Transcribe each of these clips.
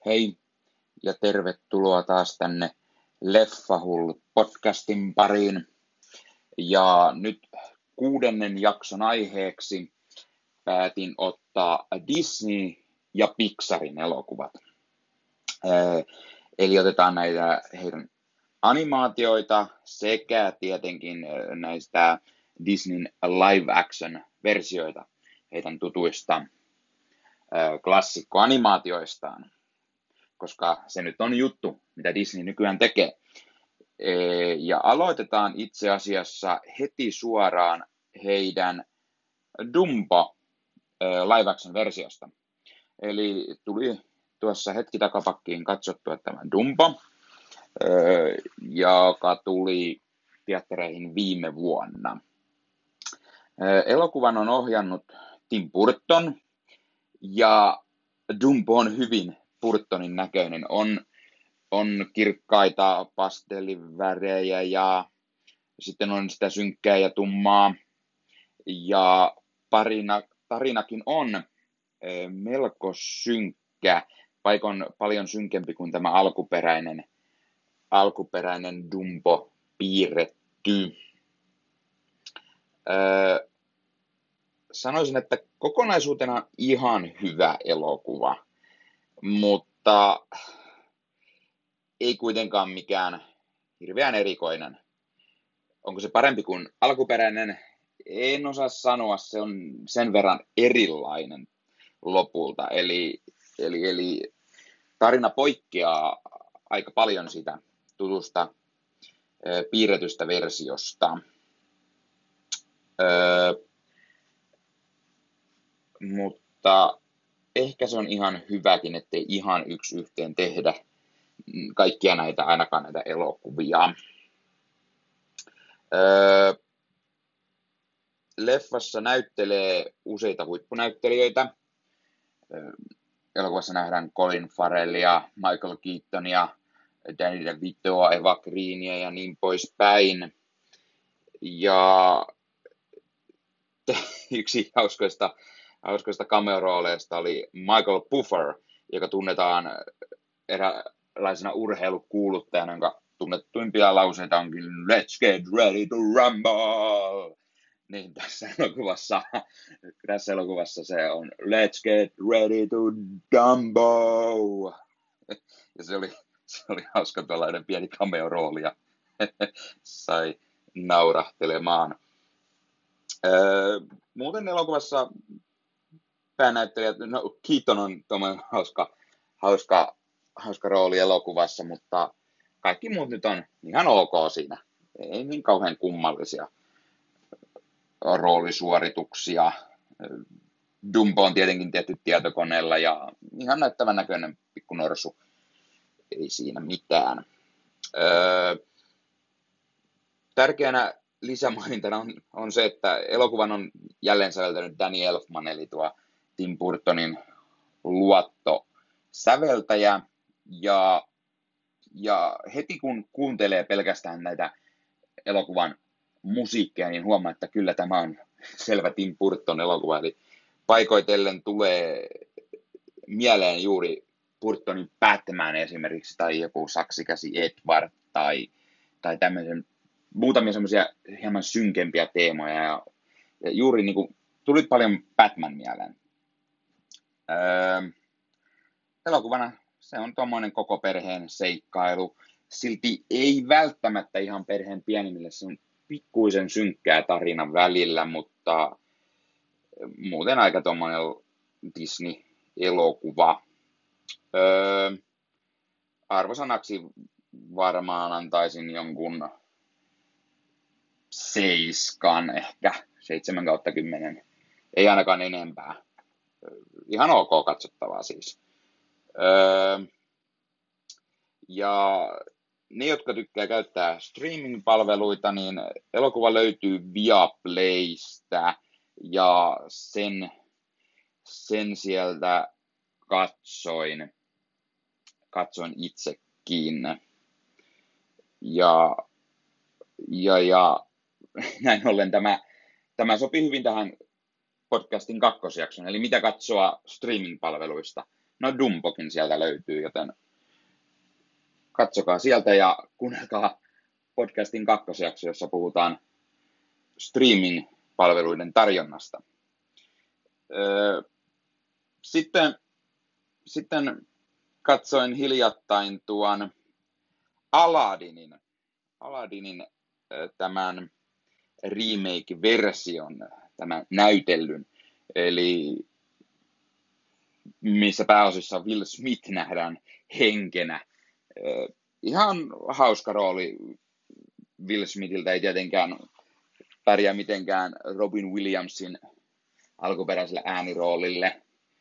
Hei ja tervetuloa taas tänne Leffahullut podcastin pariin. Ja nyt 6. jakson aiheeksi päätin ottaa Disney ja Pixarin elokuvat. Eli otetaan näitä heidän animaatioita sekä tietenkin näistä Disneyn live action versioita heidän tutuista klassikkoanimaatioistaan. Koska se nyt on juttu, mitä Disney nykyään tekee. Ja aloitetaan itse asiassa heti suoraan heidän Dumbo live action versiosta. Eli tuli tuossa hetki takapakkiin katsottua tämä Dumbo, joka tuli teattereihin viime vuonna. Elokuvan on ohjannut Tim Burton ja Dumbo on hyvin Burtonin näköinen. On kirkkaita pastellivärejä ja sitten on sitä synkkää ja tummaa. Ja tarinakin on melko synkkä, paikon paljon synkempi kuin tämä alkuperäinen Dumbo piirretty. Sanoisin, että kokonaisuutena ihan hyvä elokuva. Mutta ei kuitenkaan mikään hirveän erikoinen. Onko se parempi kuin alkuperäinen? En osaa sanoa, se on sen verran erilainen lopulta. Eli tarina poikkeaa aika paljon sitä tutusta piirretystä versiosta. Mutta ehkä se on ihan hyväkin, ettei ihan yksi yhteen tehdä kaikkia ainakaan näitä elokuvia. Leffassa näyttelee useita huippunäyttelijöitä. Elokuvassa nähdään Colin Farrellia, Michael Keatonia, Danny DeVitoa, Eva Greenia ja niin poispäin. Ja yksi hauskoista cameo-rooleista oli Michael Puffer, joka tunnetaan eräänlaisena urheilukuuluttajana, jonka tunnettuimpia lauseita onkin "Let's get ready to rumble". Niin tässä elokuvassa se on "Let's get ready to Dumbo". Ja se oli hauska tuollainen pieni cameo-rooli ja sai naurahtelemaan. Muuten elokuvassa päänäyttelijät, Keaton on tommoinen hauska rooli elokuvassa, mutta kaikki muut nyt on ihan ok siinä. Ei niin kauhean kummallisia roolisuorituksia. Dumbo on tietenkin tehty tietokoneella ja ihan näyttävän näköinen pikku norsu. Ei siinä mitään. Tärkeänä lisämainintana on se, että elokuvan on jälleen säveltänyt Danny Elfman, eli tuo Tim Burtonin luottosäveltäjä. Ja heti kun kuuntelee pelkästään näitä elokuvan musiikkia, niin huomaa, että kyllä tämä on selvä Tim Burton elokuva. Eli paikoitellen tulee mieleen juuri Burtonin Batman esimerkiksi, tai joku saksikäsi Edward, tai muutamia semmoisia hieman synkempiä teemoja. Ja juuri niin kuin tuli paljon Batman mieleen. Elokuvana se on tuommoinen koko perheen seikkailu. Silti ei välttämättä ihan perheen pienimmille. Se on pikkuisen synkkää tarinan välillä, mutta muuten aika tuommoinen Disney-elokuva. Arvosanaksi varmaan antaisin jonkun 7, ehkä 7/10. Ei ainakaan enempää. Ihan ok katsottavaa siis. Ja ne, jotka tykkää käyttää streaming-palveluita, niin elokuva löytyy Viaplaysta ja sen sieltä katsoin itsekin. Ja näin ollen tämä sopii hyvin tähän podcastin kakkosjakson, eli mitä katsoa streaming-palveluista. no Dumbokin sieltä löytyy, joten katsokaa sieltä ja kuunnelkaa podcastin kakkosjakso, jossa puhutaan streaming-palveluiden tarjonnasta. Sitten katsoin hiljattain tuon Aladdinin tämän remake-version, tämän näytellyn, eli missä pääosissa Will Smith nähdään henkenä. Ihan hauska rooli Will Smithiltä, ei tietenkään pärjää mitenkään Robin Williamsin alkuperäiselle ääniroolille.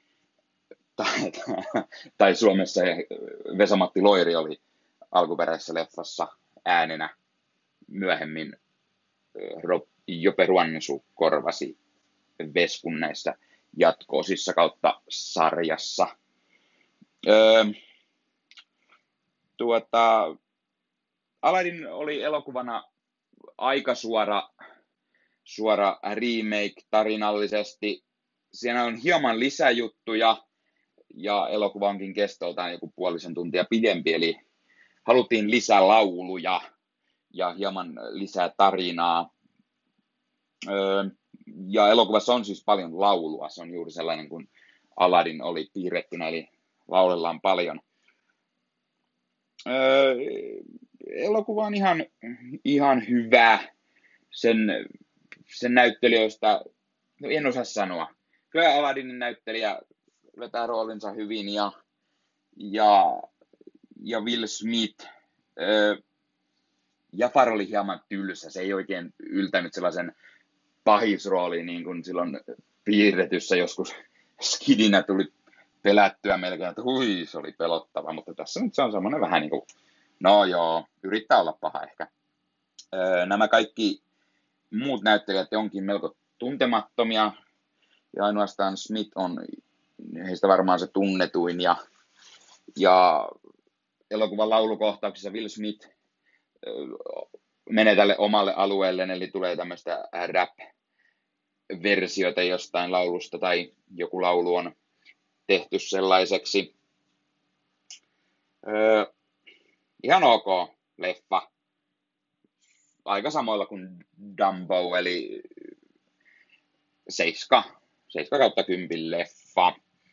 Tai Suomessa Vesa-Matti Loiri oli alkuperäisessä leffassa äänenä. Myöhemmin Jope Ruannensu korvasi Veskun näissä jatko-osissa kautta sarjassa. Aladdin oli elokuvana aika suora remake tarinallisesti. Siinä on hieman lisäjuttuja ja elokuva onkin kestoltaan joku puolisen tuntia pidempi, eli haluttiin lisää lauluja ja hieman lisää tarinaa. Ja elokuvassa on siis paljon laulua, se on juuri sellainen kuin Aladdin oli piirrettynä, eli laulellaan paljon. Elokuva on ihan hyvä. Sen näyttelijöistä, no en osaa sanoa. Kyllä Aladdinin näyttelijä vetää roolinsa hyvin ja Will Smith. Jafar oli hieman tylsä, se ei oikein yltänyt sellaisen pahisrooliin niin kuin silloin piirretyssä joskus skidinä tuli pelättyä melkein, että hui, se oli pelottava, mutta tässä nyt se on semmoinen vähän niin kuin, no joo, yrittää olla paha ehkä. Nämä kaikki muut näyttelijät onkin melko tuntemattomia, ja ainoastaan Smith on heistä varmaan se tunnetuin, ja elokuvan laulukohtauksissa Will Smith menee tälle omalle alueelle, eli tulee tämmöistä rap-versiota jostain laulusta, tai joku laulu on tehty sellaiseksi. Ihan ok leffa. Aika samoilla kuin Dumbo, eli 7/10 leffa.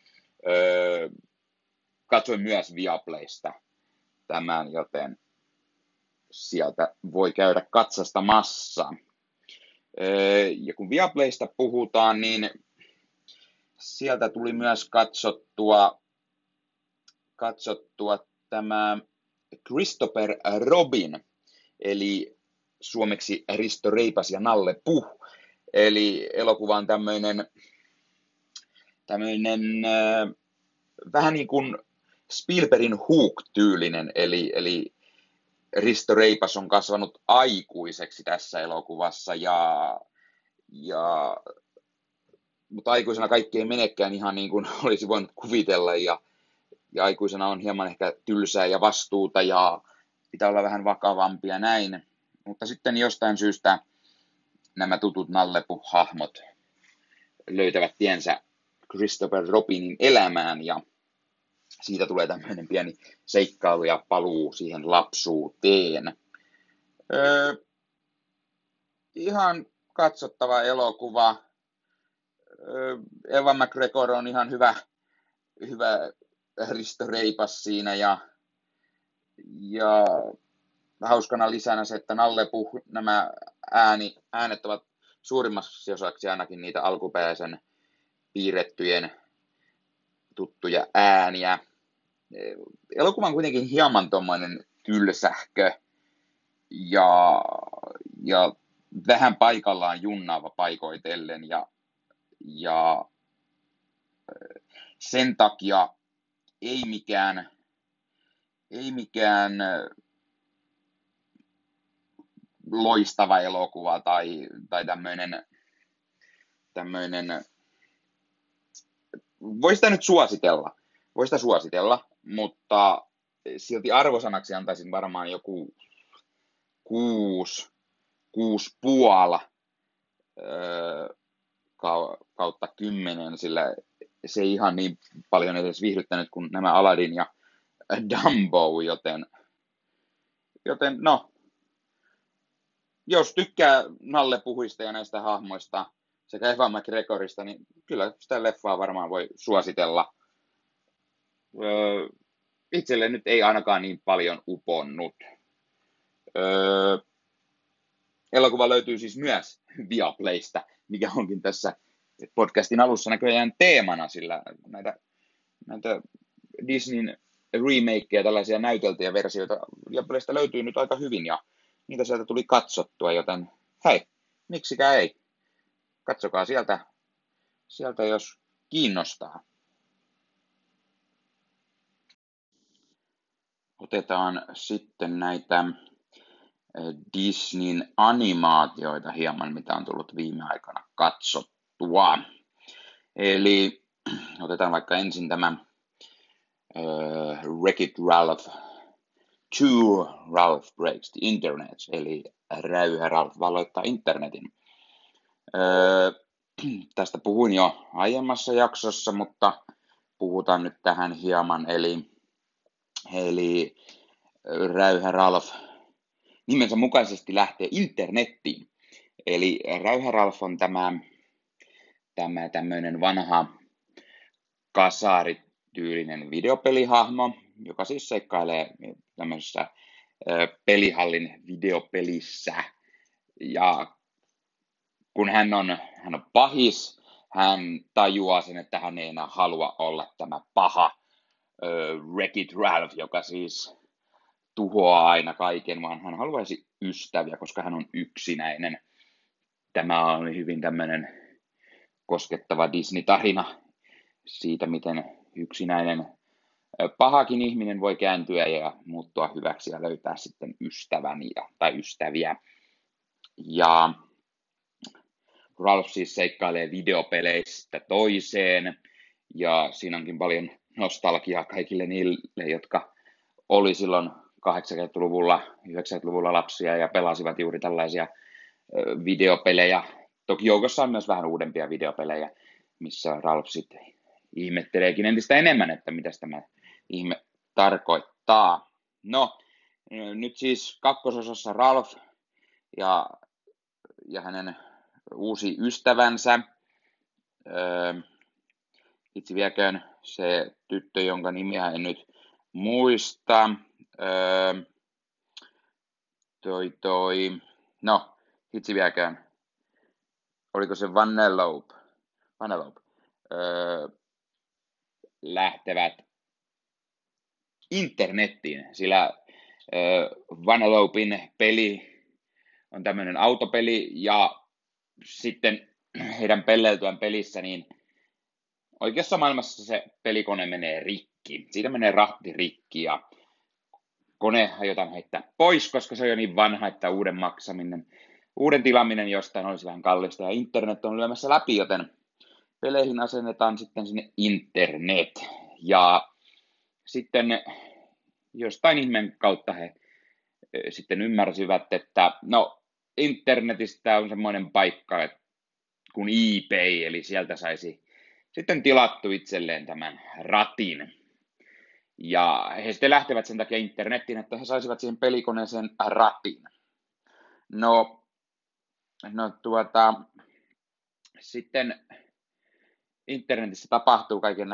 Katsoin myös Viaplaysta tämän, joten sieltä voi käydä katsastamassa. Ja kun Viaplaysta puhutaan, niin sieltä tuli myös katsottua tämä Christopher Robin, eli suomeksi Risto Reipas ja Nalle Puh. Eli elokuva on tämmöinen vähän niin kuin Spielbergin Hook-tyylinen, eli Risto Reipas on kasvanut aikuiseksi tässä elokuvassa, mutta aikuisena kaikki ei menekään ihan niin kuin olisi voinut kuvitella, ja aikuisena on hieman ehkä tylsää ja vastuuta, ja pitää olla vähän vakavampi ja näin. Mutta sitten jostain syystä nämä tutut Nallepuh-hahmot löytävät tiensä Christopher Robinin elämään, ja siitä tulee tämmöinen pieni seikkailu ja paluu siihen lapsuuteen. Ihan katsottava elokuva. Ewan McGregor on ihan hyvä Risto Reipas siinä, ja hauskana lisänä se, että Nalle Puh, nämä äänet ovat suurimmaksi osaksi ainakin niitä alkuperäisen piirrettyjen tuttuja ääniä. Elokuva on kuitenkin hieman tommoinen tylsähkö ja vähän paikallaan junnaava paikoitellen, ja sen takia ei mikään loistava elokuva tai tämmöinen voi sitä nyt suositella, mutta silti arvosanaksi antaisin varmaan joku 6,5 kautta 10, sillä se ei ihan niin paljon edes viihdyttänyt kuin nämä Aladdin ja Dumbo, joten no, jos tykkää Nalle Puhista ja näistä hahmoista sekä Evan McGregorista, niin kyllä sitä leffaa varmaan voi suositella. Itselle nyt ei ainakaan niin paljon uponnut. Elokuva löytyy siis myös Viaplaysta, mikä onkin tässä podcastin alussa näköjään teemana, sillä näitä Disneyn remakeja, tällaisia näyteltyjä versioita Viaplaysta löytyy nyt aika hyvin ja niitä sieltä tuli katsottua, joten hei, miksikä ei. Katsokaa sieltä jos kiinnostaa. Otetaan sitten näitä Disneyn animaatioita hieman, mitä on tullut viime aikana katsottua. Eli otetaan vaikka ensin tämä Wreck-It Ralph 2, Ralph Breaks the Internet, eli Räyhä Ralph valloittaa internetin. Tästä puhuin jo aiemmassa jaksossa, mutta puhutaan nyt tähän hieman, eli Räyhä Ralph nimensä mukaisesti lähtee internettiin. Eli Räyhä Ralph on tämä tämmöinen vanha kasarityylinen videopelihahmo, joka siis seikkailee tämmöisessä pelihallin videopelissä. Ja kun hän on pahis, hän tajuaa sen, että hän ei enää halua olla tämä paha Wreck-It Ralph, joka siis tuhoaa aina kaiken, vaan hän haluaisi ystäviä, koska hän on yksinäinen. Tämä on hyvin tämmöinen koskettava Disney-tarina siitä, miten yksinäinen pahakin ihminen voi kääntyä ja muuttua hyväksi ja löytää sitten ystäviä. Ja Ralph siis seikkailee videopeleistä toiseen, ja siinä onkin paljon nostalgiaa kaikille niille, jotka oli silloin 80-luvulla, 90-luvulla lapsia ja pelasivat juuri tällaisia videopelejä. Toki joukossa on myös vähän uudempia videopelejä, missä Ralph sitten ihmetteleekin entistä enemmän, että mitä tämä ihme tarkoittaa. No, nyt siis kakkososassa Ralph ja hänen uusi ystävänsä, itse vieköön se tyttö, jonka nimiä en nyt muista, no, itse vieköön, oliko se Vanellope, lähtevät internettiin, sillä Vanellopin peli on tämmöinen autopeli, ja sitten heidän pelleiltyään pelissä, niin oikeassa maailmassa se pelikone menee rikki. Siitä menee rahti rikki, ja kone aiotaan heittää pois, koska se on jo niin vanha, että uuden tilaaminen jostain olisi vähän kallista, ja internet on lyömässä läpi, joten peleihin asennetaan sitten sinne internet. Ja sitten jostain ihmeen kautta he sitten ymmärsivät, että no, internetistä on semmoinen paikka kuin eBay, eli sieltä saisi sitten tilattu itselleen tämän ratin. Ja he sitten lähtevät sen takia internettiin, että he saisivat siihen pelikoneeseen ratin. No sitten internetissä tapahtuu kaiken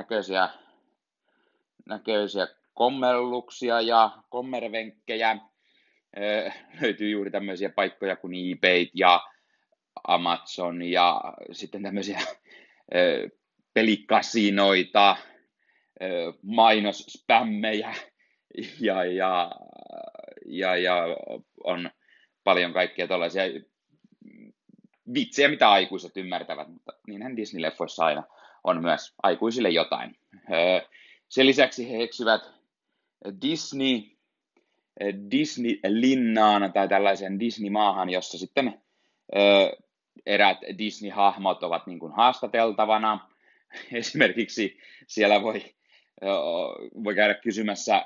näköisiä kommelluksia ja kommervenkkejä. Löytyy juuri tämmöisiä paikkoja kuin eBay ja Amazon ja sitten tämmöisiä pelikasinoita, mainospämmejä ja on paljon kaikkia tällaisia vitsejä, mitä aikuiset ymmärtävät, mutta niinhän Disney-leffoissa aina on myös aikuisille jotain. Sen lisäksi he eksyvät Disney-linnaan tai tällaiseen Disney-maahan, jossa sitten eräät Disney-hahmot ovat niin kuin haastateltavana. Esimerkiksi siellä voi käydä kysymässä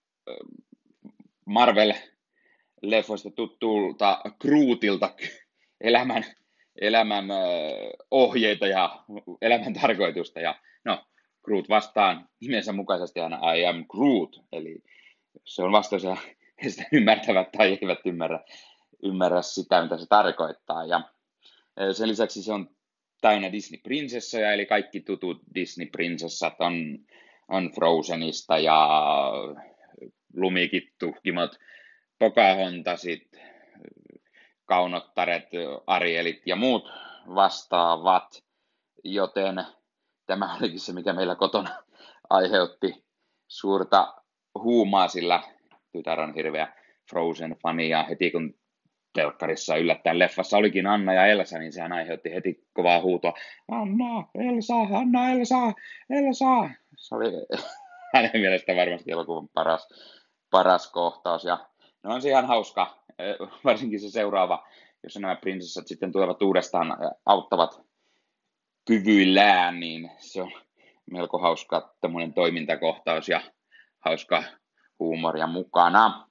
Marvel-leffoista tuttuulta Grootilta elämän ohjeita ja elämän tarkoitusta. Ja no, Groot vastaan nimensä mukaisesti aina I am Groot, eli se on vastaus ja he sitä ymmärtävät tai eivät ymmärrä sitä, mitä se tarkoittaa. Ja sen lisäksi se on täynnä Disney-prinsessoja, eli kaikki tutut Disney-prinsessat on Frozenista ja lumikittuhkimot, Pocahontasit, Kaunottaret, Arielit ja muut vastaavat, joten tämä olikin se, mikä meillä kotona aiheutti suurta huumaa, sillä tytär on hirveä Frozen-fani ja heti kun telkkarissa yllättäen leffassa olikin Anna ja Elsa, niin sehän aiheutti heti kovaa huutoa. Anna, Elsa, Anna, Elsa, Elsa. Se oli hänen mielestä varmasti elokuvan paras kohtaus. Ja no on se ihan hauska, varsinkin se seuraava, jossa nämä prinsessat sitten tulevat uudestaan ja auttavat kyvyillään, niin se on melko hauska tämmöinen toimintakohtaus ja hauska huumoria mukana.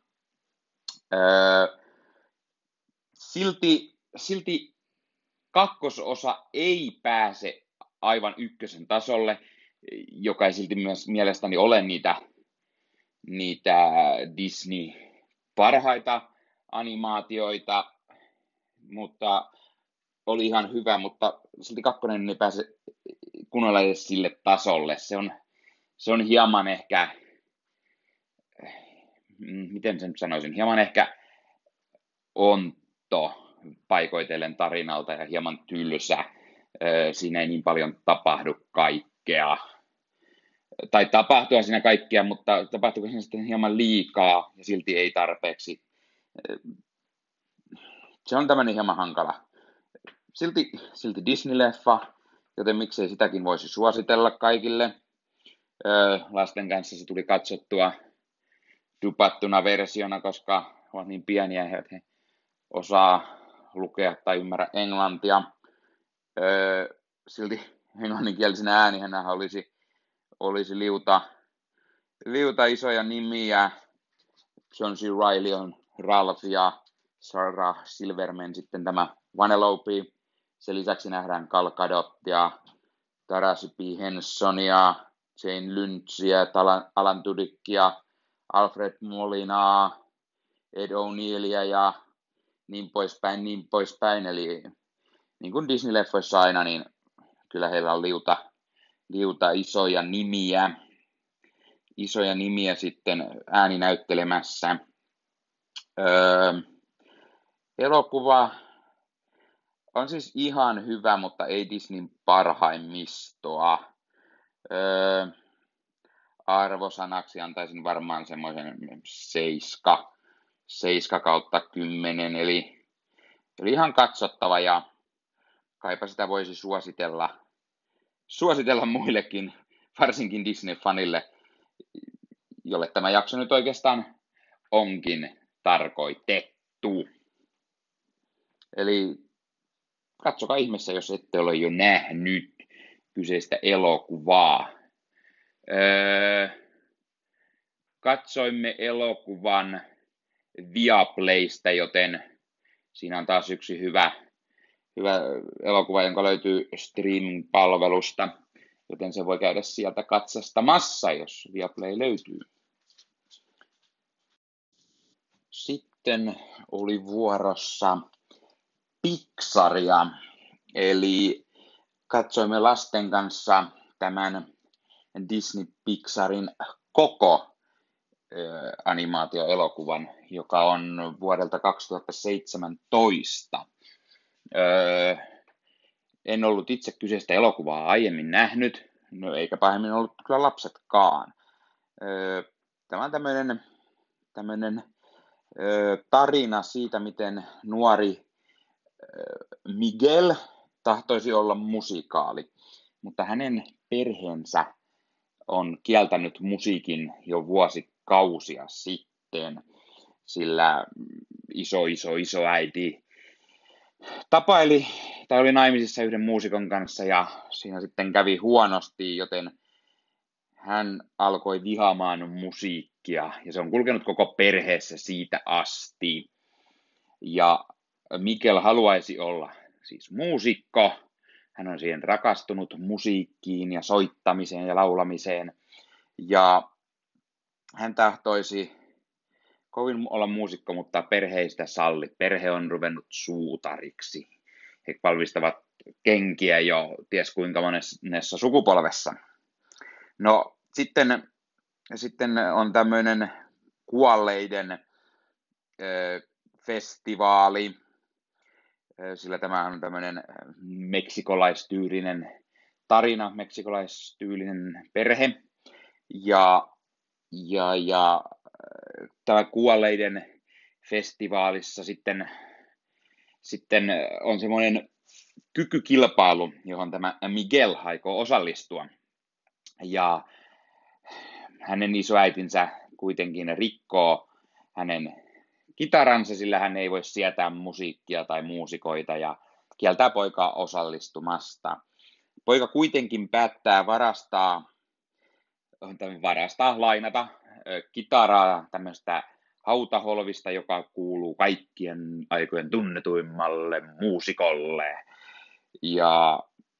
Silti kakkososa ei pääse aivan ykkösen tasolle, joka ei silti myös mielestäni ole niitä Disney parhaita animaatioita, mutta oli ihan hyvä, mutta silti kakkonen ei pääse kunnolla edes sille tasolle. Se on hieman ehkä, miten sen sanoisin, hieman ehkä onto paikoitellen tarinalta ja hieman tylsä. Siinä ei niin paljon tapahdu kaikkea. Tai tapahtua siinä kaikkea, mutta tapahtuuko siinä sitten hieman liikaa ja silti ei tarpeeksi. Se on tämmöinen hieman hankala. Silti Disney-leffa, joten miksei sitäkin voisi suositella kaikille. Lasten kanssa se tuli katsottua dupattuna versiona, koska ovat niin pieniä, että he osaa lukea tai ymmärrä englantia. Silti englanninkielisenä äänihän olisi liuta isoja nimiä. John C. Reilly on Ralph ja Sarah Silverman sitten tämä Vanellope. Sen lisäksi nähdään Gal Gadottia, Taraji P. Hensonia, Jane Lynchia, Alan Tudykkia, Alfred Molinaa, Ed O'Neillia ja niin poispäin. Eli niin kuin Disney-leffoissa aina, niin kyllä heillä on liuta isoja nimiä sitten ääninäyttelemässä. Elokuva on siis ihan hyvä, mutta ei Disneyn parhaimmistoa. Arvosanaksi antaisin varmaan semmoisen 7/10, eli ihan katsottava ja kaipa sitä voisi suositella muillekin, varsinkin Disney-fanille, jolle tämä jakso nyt oikeastaan onkin tarkoitettu. Eli katsokaa ihmeessä, jos ette ole jo nähnyt kyseistä elokuvaa. Katsoimme elokuvan Viaplaysta, joten siinä on taas yksi hyvä elokuva, jonka löytyy streaming-palvelusta, joten se voi käydä sieltä katsastamassa, jos Viaplay löytyy. Sitten oli vuorossa Pixaria, eli katsoimme lasten kanssa tämän Disney Pixarin koko animaatioelokuvan, joka on vuodelta 2017. En ollut itse kyseistä elokuvaa aiemmin nähnyt, no eikä pahemmin ollut kyllä lapsetkaan. Tämä on tämmöinen tarina siitä, miten nuori Miguel tahtoisi olla musikaali, mutta hänen perheensä on kieltänyt musiikin jo vuosikausia sitten, sillä iso äiti tapaili tai oli naimisissa yhden muusikon kanssa ja siinä sitten kävi huonosti, joten hän alkoi vihaamaan musiikkia ja se on kulkenut koko perheessä siitä asti. Ja Miguel haluaisi olla siis muusikko, hän on siihen rakastunut musiikkiin ja soittamiseen ja laulamiseen. Ja hän tahtoisi kovin olla muusikko, mutta perhe ei sitä salli. Perhe on ruvennut suutariksi. He valmistavat kenkiä jo ties kuinka monessa sukupolvessa. No sitten on tämmöinen kuolleiden festivaali, sillä tämä on tämmöinen meksikolaistyylinen tarina, meksikolaistyylinen perhe. Ja tämä kuolleiden festivaalissa sitten on semmoinen kykykilpailu, johon tämä Miguel aikoo osallistua. Ja hänen isoäitinsä kuitenkin rikkoo hänen kitaransa, sillä hän ei voi sietää musiikkia tai muusikoita ja kieltää poikaa osallistumasta. Poika kuitenkin päättää lainata kitaraa tämmöistä hautaholvista, joka kuuluu kaikkien aikojen tunnetuimmalle muusikolle. Ja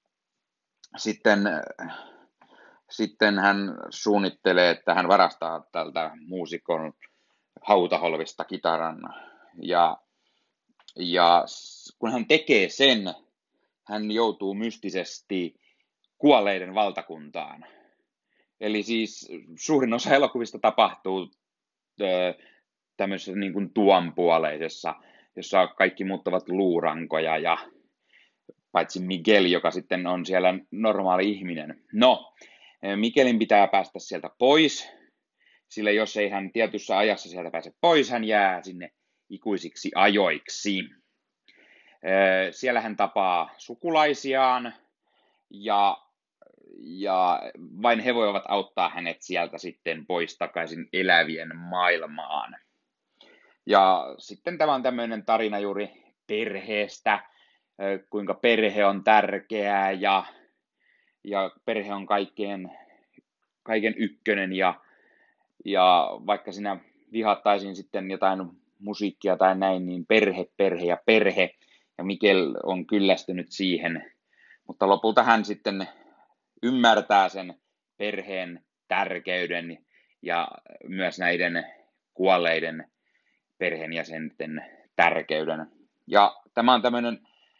sitten hän suunnittelee, että hän varastaa tältä muusikon hautaholvista kitaran. Ja kun hän tekee sen, hän joutuu mystisesti kuolleiden valtakuntaan. Eli siis suurin osa elokuvista tapahtuu tämmöisessä niin kuin tuonpuoleisessa, jossa kaikki muut ovat luurankoja ja paitsi Miguel, joka sitten on siellä normaali ihminen. No, Miguelin pitää päästä sieltä pois, sillä jos ei hän tietyssä ajassa sieltä pääse pois, hän jää sinne ikuisiksi ajoiksi. Siellä hän tapaa sukulaisiaan ja vain he voivat auttaa hänet sieltä sitten pois takaisin elävien maailmaan. Ja sitten tämä on tämmöinen tarina juuri perheestä, kuinka perhe on tärkeää ja perhe on kaiken ykkönen ja vaikka siinä vihattaisiin sitten jotain musiikkia tai näin, niin perhe ja Miguel on kyllästynyt siihen, mutta lopulta hän sitten ymmärtää sen perheen tärkeyden ja myös näiden kuolleiden perheenjäsenten tärkeyden. Ja tämä on tämmöinen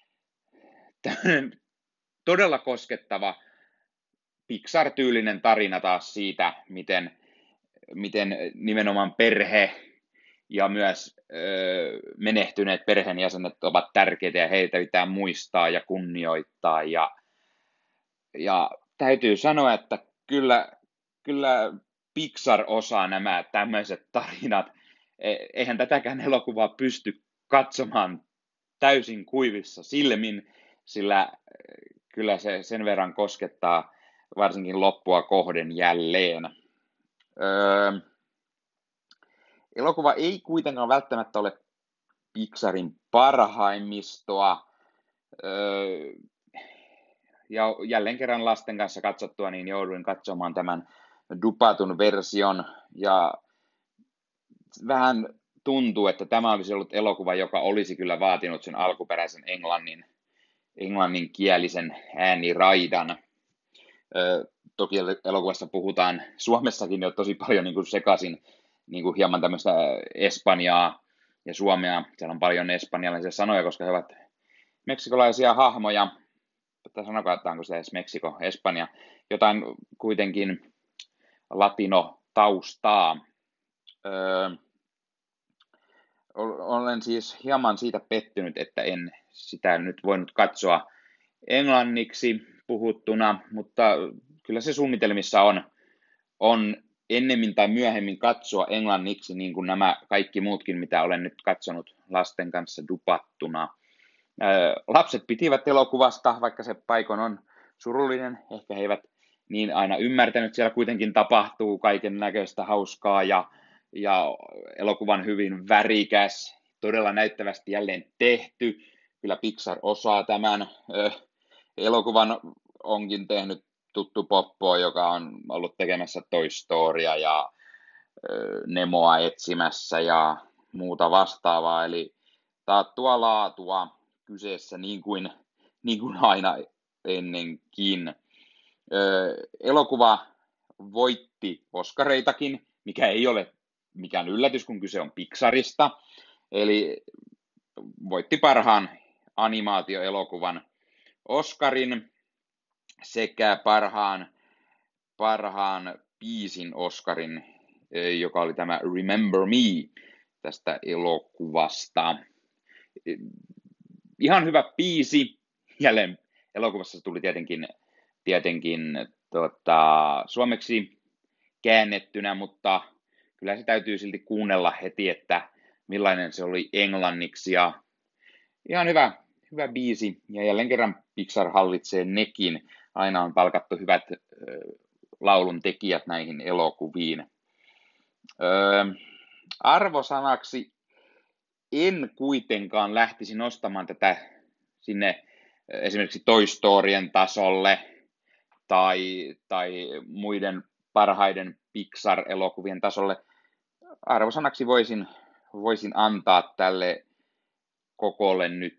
todella koskettava Pixar-tyylinen tarina taas siitä, miten nimenomaan perhe ja myös menehtyneet perheenjäsenet ovat tärkeitä ja heitä pitää muistaa ja kunnioittaa. Ja täytyy sanoa, että kyllä Pixar osaa nämä tämmöiset tarinat. Eihän tätäkään elokuvaa pysty katsomaan täysin kuivissa silmin, sillä kyllä se sen verran koskettaa varsinkin loppua kohden jälleen. Elokuva ei kuitenkaan välttämättä ole Pixarin parhaimmistoa. Ja jälleen kerran lasten kanssa katsottua, niin jouduin katsomaan tämän dupatun version. Ja vähän tuntuu, että tämä olisi ollut elokuva, joka olisi kyllä vaatinut sen alkuperäisen englanninkielisen ääniraidan. Toki elokuvassa puhutaan Suomessakin jo tosi paljon niin kuin sekaisin niin kuin hieman tämmöistä espanjaa ja suomea. Siellä on paljon espanjalaisia sanoja, koska he ovat meksikolaisia hahmoja. Sanokaa, että onko se edes Meksiko, Espanja. Jotain kuitenkin latino-taustaa. Olen siis hieman siitä pettynyt, että en sitä nyt voinut katsoa englanniksi puhuttuna, mutta kyllä se suunnitelmissa on ennemmin tai myöhemmin katsoa englanniksi, niin kuin nämä kaikki muutkin, mitä olen nyt katsonut lasten kanssa dupattuna. Lapset pitivät elokuvasta, vaikka se paikon on surullinen. Ehkä he eivät niin aina ymmärtänyt. Siellä kuitenkin tapahtuu kaiken näköistä hauskaa ja elokuvan hyvin värikäs, todella näyttävästi jälleen tehty. Kyllä Pixar osaa tämän. Elokuvan onkin tehnyt tuttu Poppo, joka on ollut tekemässä Toy Storya ja Nemoa etsimässä ja muuta vastaavaa. Eli taattua laatua kyseessä niin kuin aina ennenkin. Elokuva voitti Oscareitakin, mikä ei ole mikään yllätys, kun kyse on Pixarista. Eli voitti parhaan animaatioelokuvan Oscarin sekä parhaan biisin Oscarin, joka oli tämä Remember Me tästä elokuvasta. Ihan hyvä biisi. Jälleen elokuvassa tuli tietenkin suomeksi käännettynä, mutta kyllä se täytyy silti kuunnella heti, että millainen se oli englanniksi. Ja ihan hyvä biisi. Ja jälleen kerran Pixar hallitsee nekin. Aina on palkattu hyvät laulun tekijät näihin elokuviin. Arvosanaksi en kuitenkaan lähtisi nostamaan tätä sinne esimerkiksi Toy Storyen tasolle tai muiden parhaiden Pixar-elokuvien tasolle. Arvosanaksi voisin antaa tälle kokolle nyt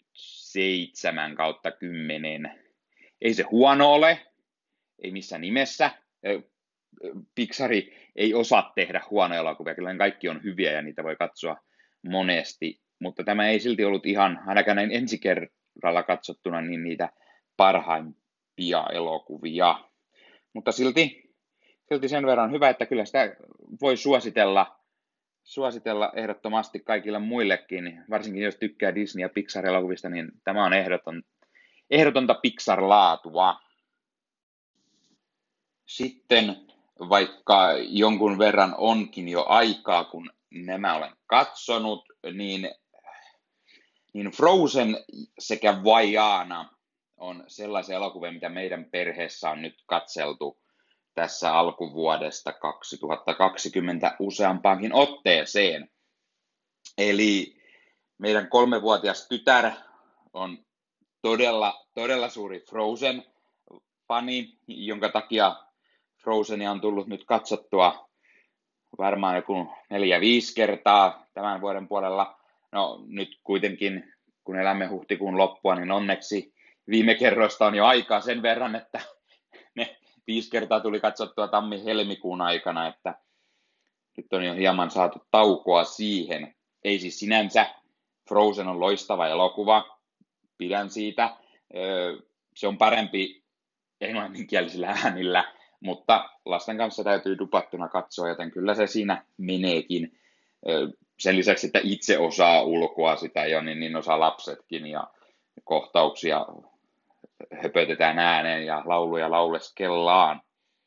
7/10. Ei se huono ole, ei missään nimessä. Pixari ei osaa tehdä huonoja elokuvia, kyllä ne kaikki on hyviä ja niitä voi katsoa monesti, mutta tämä ei silti ollut ihan, ainakaan näin ensi kerralla katsottuna, niin niitä parhaimpia elokuvia. Mutta silti sen verran hyvä, että kyllä sitä voi suositella ehdottomasti kaikille muillekin, varsinkin jos tykkää Disney- ja Pixar-elokuvista, niin tämä on ehdotonta Pixar-laatua. Sitten, vaikka jonkun verran onkin jo aikaa, kun nämä olen katsonut, niin Frozen sekä Vaiana on sellaisia elokuvia, mitä meidän perheessä on nyt katseltu tässä alkuvuodesta 2020 useampaankin otteeseen. Eli meidän 3-vuotias tytär on todella suuri Frozen-fani, jonka takia Frozenia on tullut nyt katsottua varmaan joku 4-5 kertaa tämän vuoden puolella. No nyt kuitenkin, kun elämme huhtikuun loppua, niin onneksi viime kerroista on jo aikaa sen verran, että ne 5 kertaa tuli katsottua tammi-helmikuun aikana, että nyt on jo hieman saatu taukoa siihen. Ei siis sinänsä, Frozen on loistava elokuva, pidän siitä. Se on parempi englanninkielisillä äänillä, mutta lasten kanssa täytyy dupattuna katsoa, joten kyllä se siinä meneekin. Sen lisäksi, että itse osaa ulkoa sitä jo, niin osaa lapsetkin ja kohtauksia höpötetään ääneen ja lauluja lauleskellaan.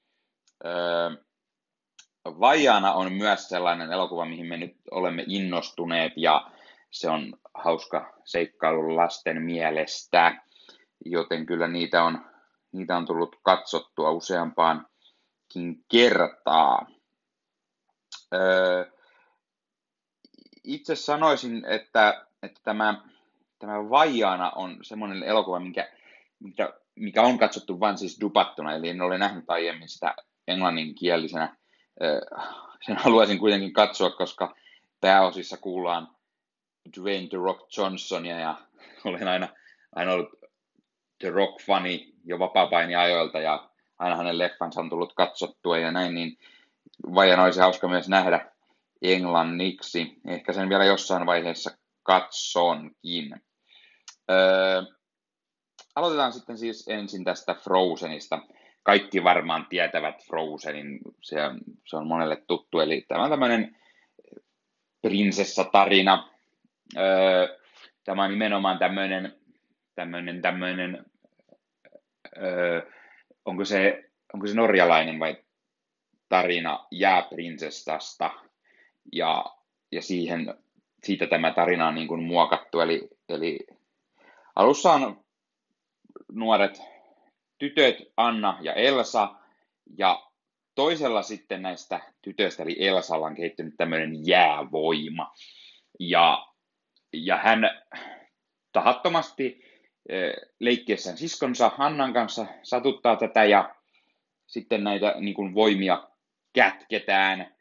Vaiana on myös sellainen elokuva, mihin me nyt olemme innostuneet ja se on hauska seikkailu lasten mielestä, joten kyllä niitä on tullut katsottua useampaankin kertaa. Itse sanoisin, että tämä Vaiana on semmoinen elokuva, mikä on katsottu vain siis dubattuna, eli en ole nähnyt aiemmin sitä englanninkielisenä. Sen haluaisin kuitenkin katsoa, koska pääosissa kuullaan Dwayne The Rock Johnsonia ja olen aina ollut The Rock-fani jo vapaapainiajoilta ja aina hänen leffansa on tullut katsottua ja näin, niin Vaiana olisi hauska myös nähdä englanniksi. Ehkä sen vielä jossain vaiheessa katsonkin. Aloitetaan sitten siis ensin tästä Frozenista. Kaikki varmaan tietävät Frozenin, se on monelle tuttu, eli tämä on tämmöinen prinsessatarina. Tämä on nimenomaan tämmöinen onko se norjalainen vai tarina jääprinsessasta ja siitä tämä tarina on niin kuin muokattu, eli alussa on nuoret tytöt Anna ja Elsa, ja toisella sitten näistä tytöistä, eli Elsalla on kehittynyt tämmöinen jäävoima, ja hän tahattomasti leikkiessään siskonsa Annan kanssa satuttaa tätä, ja sitten näitä niin kuin voimia kätketään,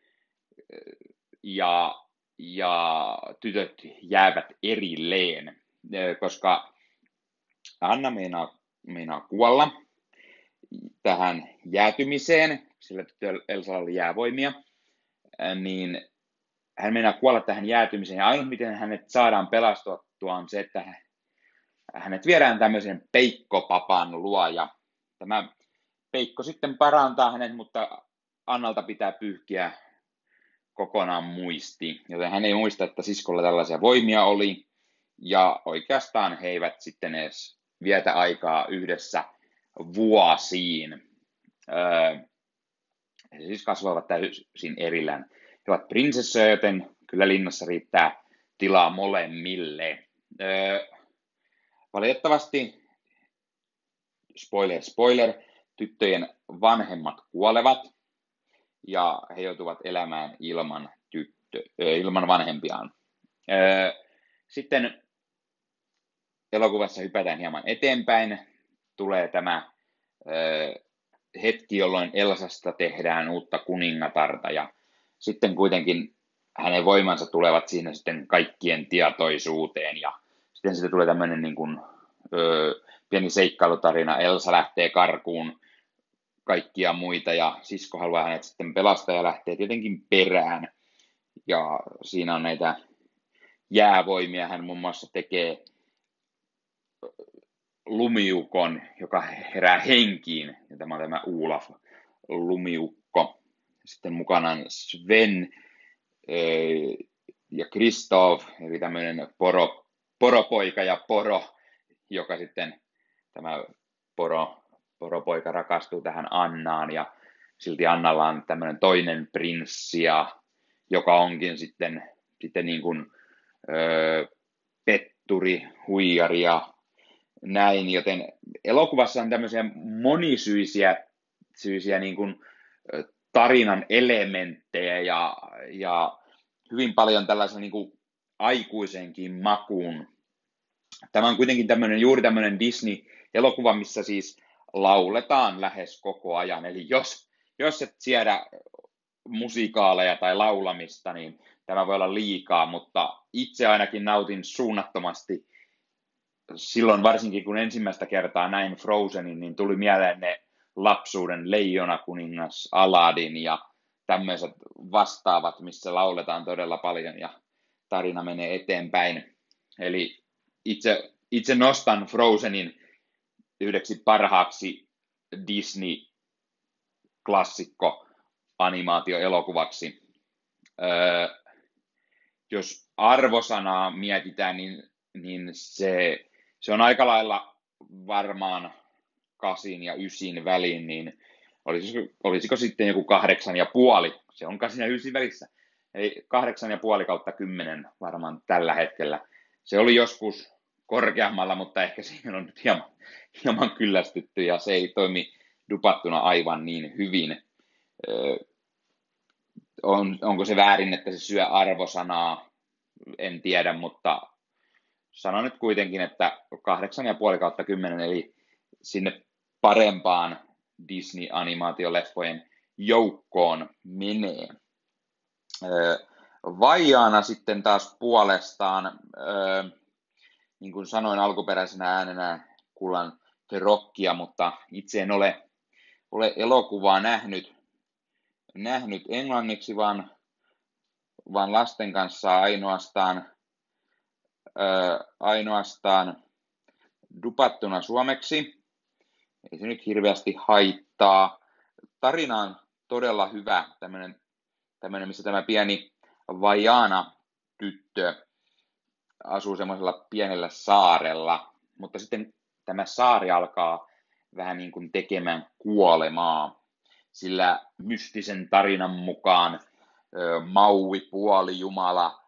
ja tytöt jäävät erilleen, koska Anna meinaa meinaa kuolla tähän jäätymiseen, sillä tytöllä Elsalla oli jäävoimia, niin hän meinaa kuolla tähän jäätymiseen, ja ainut miten hänet saadaan pelastettua on se, että hänet viedään tämmöisen Peikko-papan luo, ja tämä Peikko sitten parantaa hänet, mutta Annalta pitää pyyhkiä kokonaan muisti, joten hän ei muista, että siskolla tällaisia voimia oli, ja oikeastaan he eivät sitten edes vietä aikaa yhdessä vuosiin. He siis kasvavat täysin erillään. He ovat prinsessoja, joten kyllä linnassa riittää tilaa molemmille. Valitettavasti, spoiler spoiler, tyttöjen vanhemmat kuolevat ja he joutuvat elämään ilman vanhempiaan. Sitten elokuvassa hypätään hieman eteenpäin. Tulee tämä hetki, jolloin Elsasta tehdään uutta kuningatarta ja sitten kuitenkin hänen voimansa tulevat siinä sitten kaikkien tietoisuuteen ja sitten siitä tulee tämmöinen niin kuin, pieni seikkailutarina. Elsa lähtee karkuun kaikkia muita ja sisko haluaa hänet sitten pelastaa ja lähtee tietenkin perään. Ja siinä on näitä jäävoimia. Hän muun muassa tekee lumiukon, joka herää henkiin. Ja tämä on tämä Olaf lumiukko. Sitten mukana on Sven ja Kristoff, eli tämmöinen poropoika ja poro, joka sitten tämä poropoika rakastuu tähän Annaan ja silti Annalla on tämmöinen toinen prinssi, joka onkin sitten niin kuin petturi, huijari ja näin, joten elokuvassa on tämmöisiä monisyisiä niin kuin tarinan elementtejä ja hyvin paljon tällaisen niin kuin aikuisenkin makuun. Tämä on kuitenkin juuri tämmöinen Disney-elokuva, missä siis lauletaan lähes koko ajan. Eli jos et siedä musikaaleja tai laulamista, niin tämä voi olla liikaa, mutta itse ainakin nautin suunnattomasti. Silloin varsinkin kun ensimmäistä kertaa näin Frozenin, niin tuli mieleen ne lapsuuden Leijona-kuningas, Aladdin ja tämmöiset vastaavat, missä lauletaan todella paljon ja tarina menee eteenpäin. Eli itse nostan Frozenin yhdeksi parhaaksi Disney-klassikko-animaatioelokuvaksi. Jos arvosanaa mietitään, niin se on aika lailla varmaan 8 ja 9 väliin, niin olisiko sitten joku 8,5, se on 8 ja 9 välissä, eli 8,5 kautta 10 varmaan tällä hetkellä. Se oli joskus korkeammalla, mutta ehkä siihen on nyt hieman kyllästytty ja se ei toimi dupattuna aivan niin hyvin. Onko se väärin, että se syö arvosanaa? En tiedä, mutta sanon nyt kuitenkin, että 8,5 kautta 10, eli sinne parempaan Disney-animaatioleffojen joukkoon menee. Vaijaana sitten taas puolestaan, niin kuin sanoin alkuperäisenä äänenä, kuullaan The Rockia, mutta itse en ole elokuvaa nähnyt englanniksi, vaan lasten kanssa ainoastaan dupattuna suomeksi. Ei se nyt hirveästi haittaa. Tarina on todella hyvä, tämmöinen missä tämä pieni Vaiana-tyttö asuu semmoisella pienellä saarella, mutta sitten tämä saari alkaa vähän niin kuin tekemään kuolemaa, sillä mystisen tarinan mukaan Maui, puolijumala,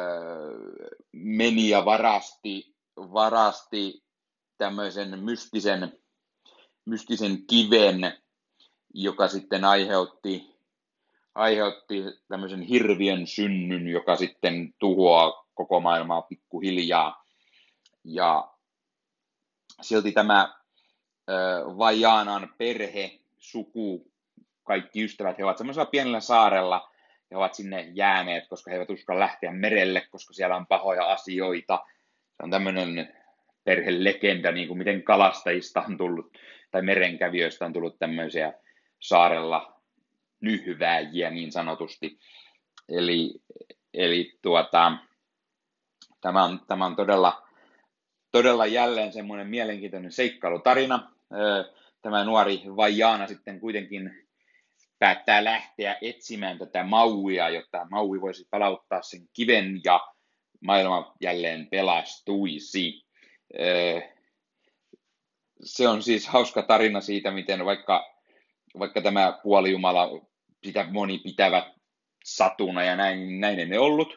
meni ja varasti tämmöisen mystisen kiven, joka sitten aiheutti tämmöisen hirviön synnyn, joka sitten tuhoaa koko maailmaa pikkuhiljaa. Ja silti tämä Vaianan perhe, suku, kaikki ystävät, he ovat semmoisella pienellä saarella, he ovat sinne jääneet, koska he eivät uskalla lähteä merelle, koska siellä on pahoja asioita. Se on tämmöinen perhelegenda, niin kuin miten kalastajista on tullut, tai merenkävijöistä on tullut tämmöisiä saarella nyhvääjiä niin sanotusti. Eli tämä on todella jälleen semmoinen mielenkiintoinen seikkailutarina. Tämä nuori Vaiana sitten kuitenkin päättää lähteä etsimään tätä Mauia, jotta Maui voisi palauttaa sen kiven ja maailma jälleen pelastuisi. Se on siis hauska tarina siitä, miten vaikka tämä puolijumala, sitä moni pitävät satuna ja näin ei ollut.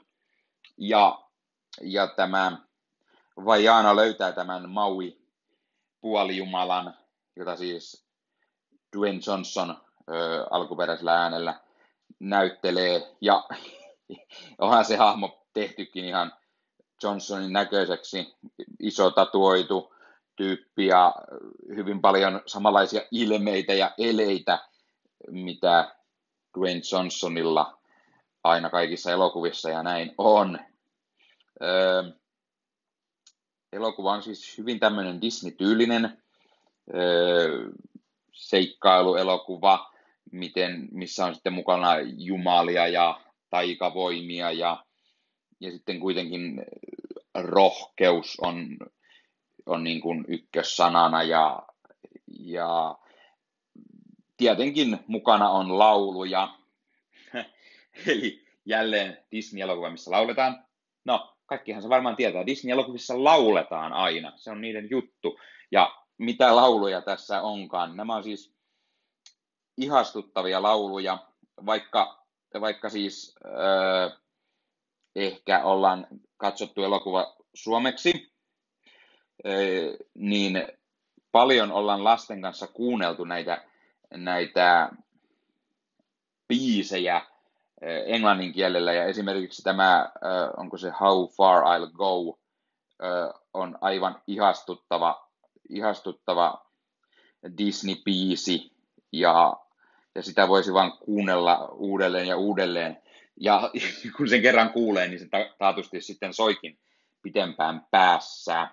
Ja tämä Vaiana löytää tämän Maui puolijumalan, jota siis Dwayne Johnson alkuperäisellä äänellä näyttelee. Ja onhan se hahmo tehtykin ihan Johnsonin näköiseksi, iso tatuoitu tyyppi ja hyvin paljon samanlaisia ilmeitä ja eleitä, mitä Dwayne Johnsonilla aina kaikissa elokuvissa ja näin on. Elokuva on siis hyvin tämmöinen Disney-tyylinen seikkailuelokuva, missä on sitten mukana jumalia ja taikavoimia ja sitten kuitenkin rohkeus on niin kuin ykkössanana ja tietenkin mukana on lauluja. Eli jälleen Disney-elokuva, missä lauletaan. No, kaikkihan se varmaan tietää. Disney-elokuvissa lauletaan aina. Se on niiden juttu. Ja mitä lauluja tässä onkaan. Nämä on siis ihastuttavia lauluja, vaikka siis ehkä ollaan katsottu elokuva suomeksi, niin paljon ollaan lasten kanssa kuunneltu näitä biisejä englannin kielellä, ja esimerkiksi tämä, onko se How Far I'll Go, on aivan ihastuttava Disney-biisi, ja sitä voisi vaan kuunnella uudelleen ja uudelleen, ja kun sen kerran kuulee, niin se taatusti sitten soikin pitempään päässä.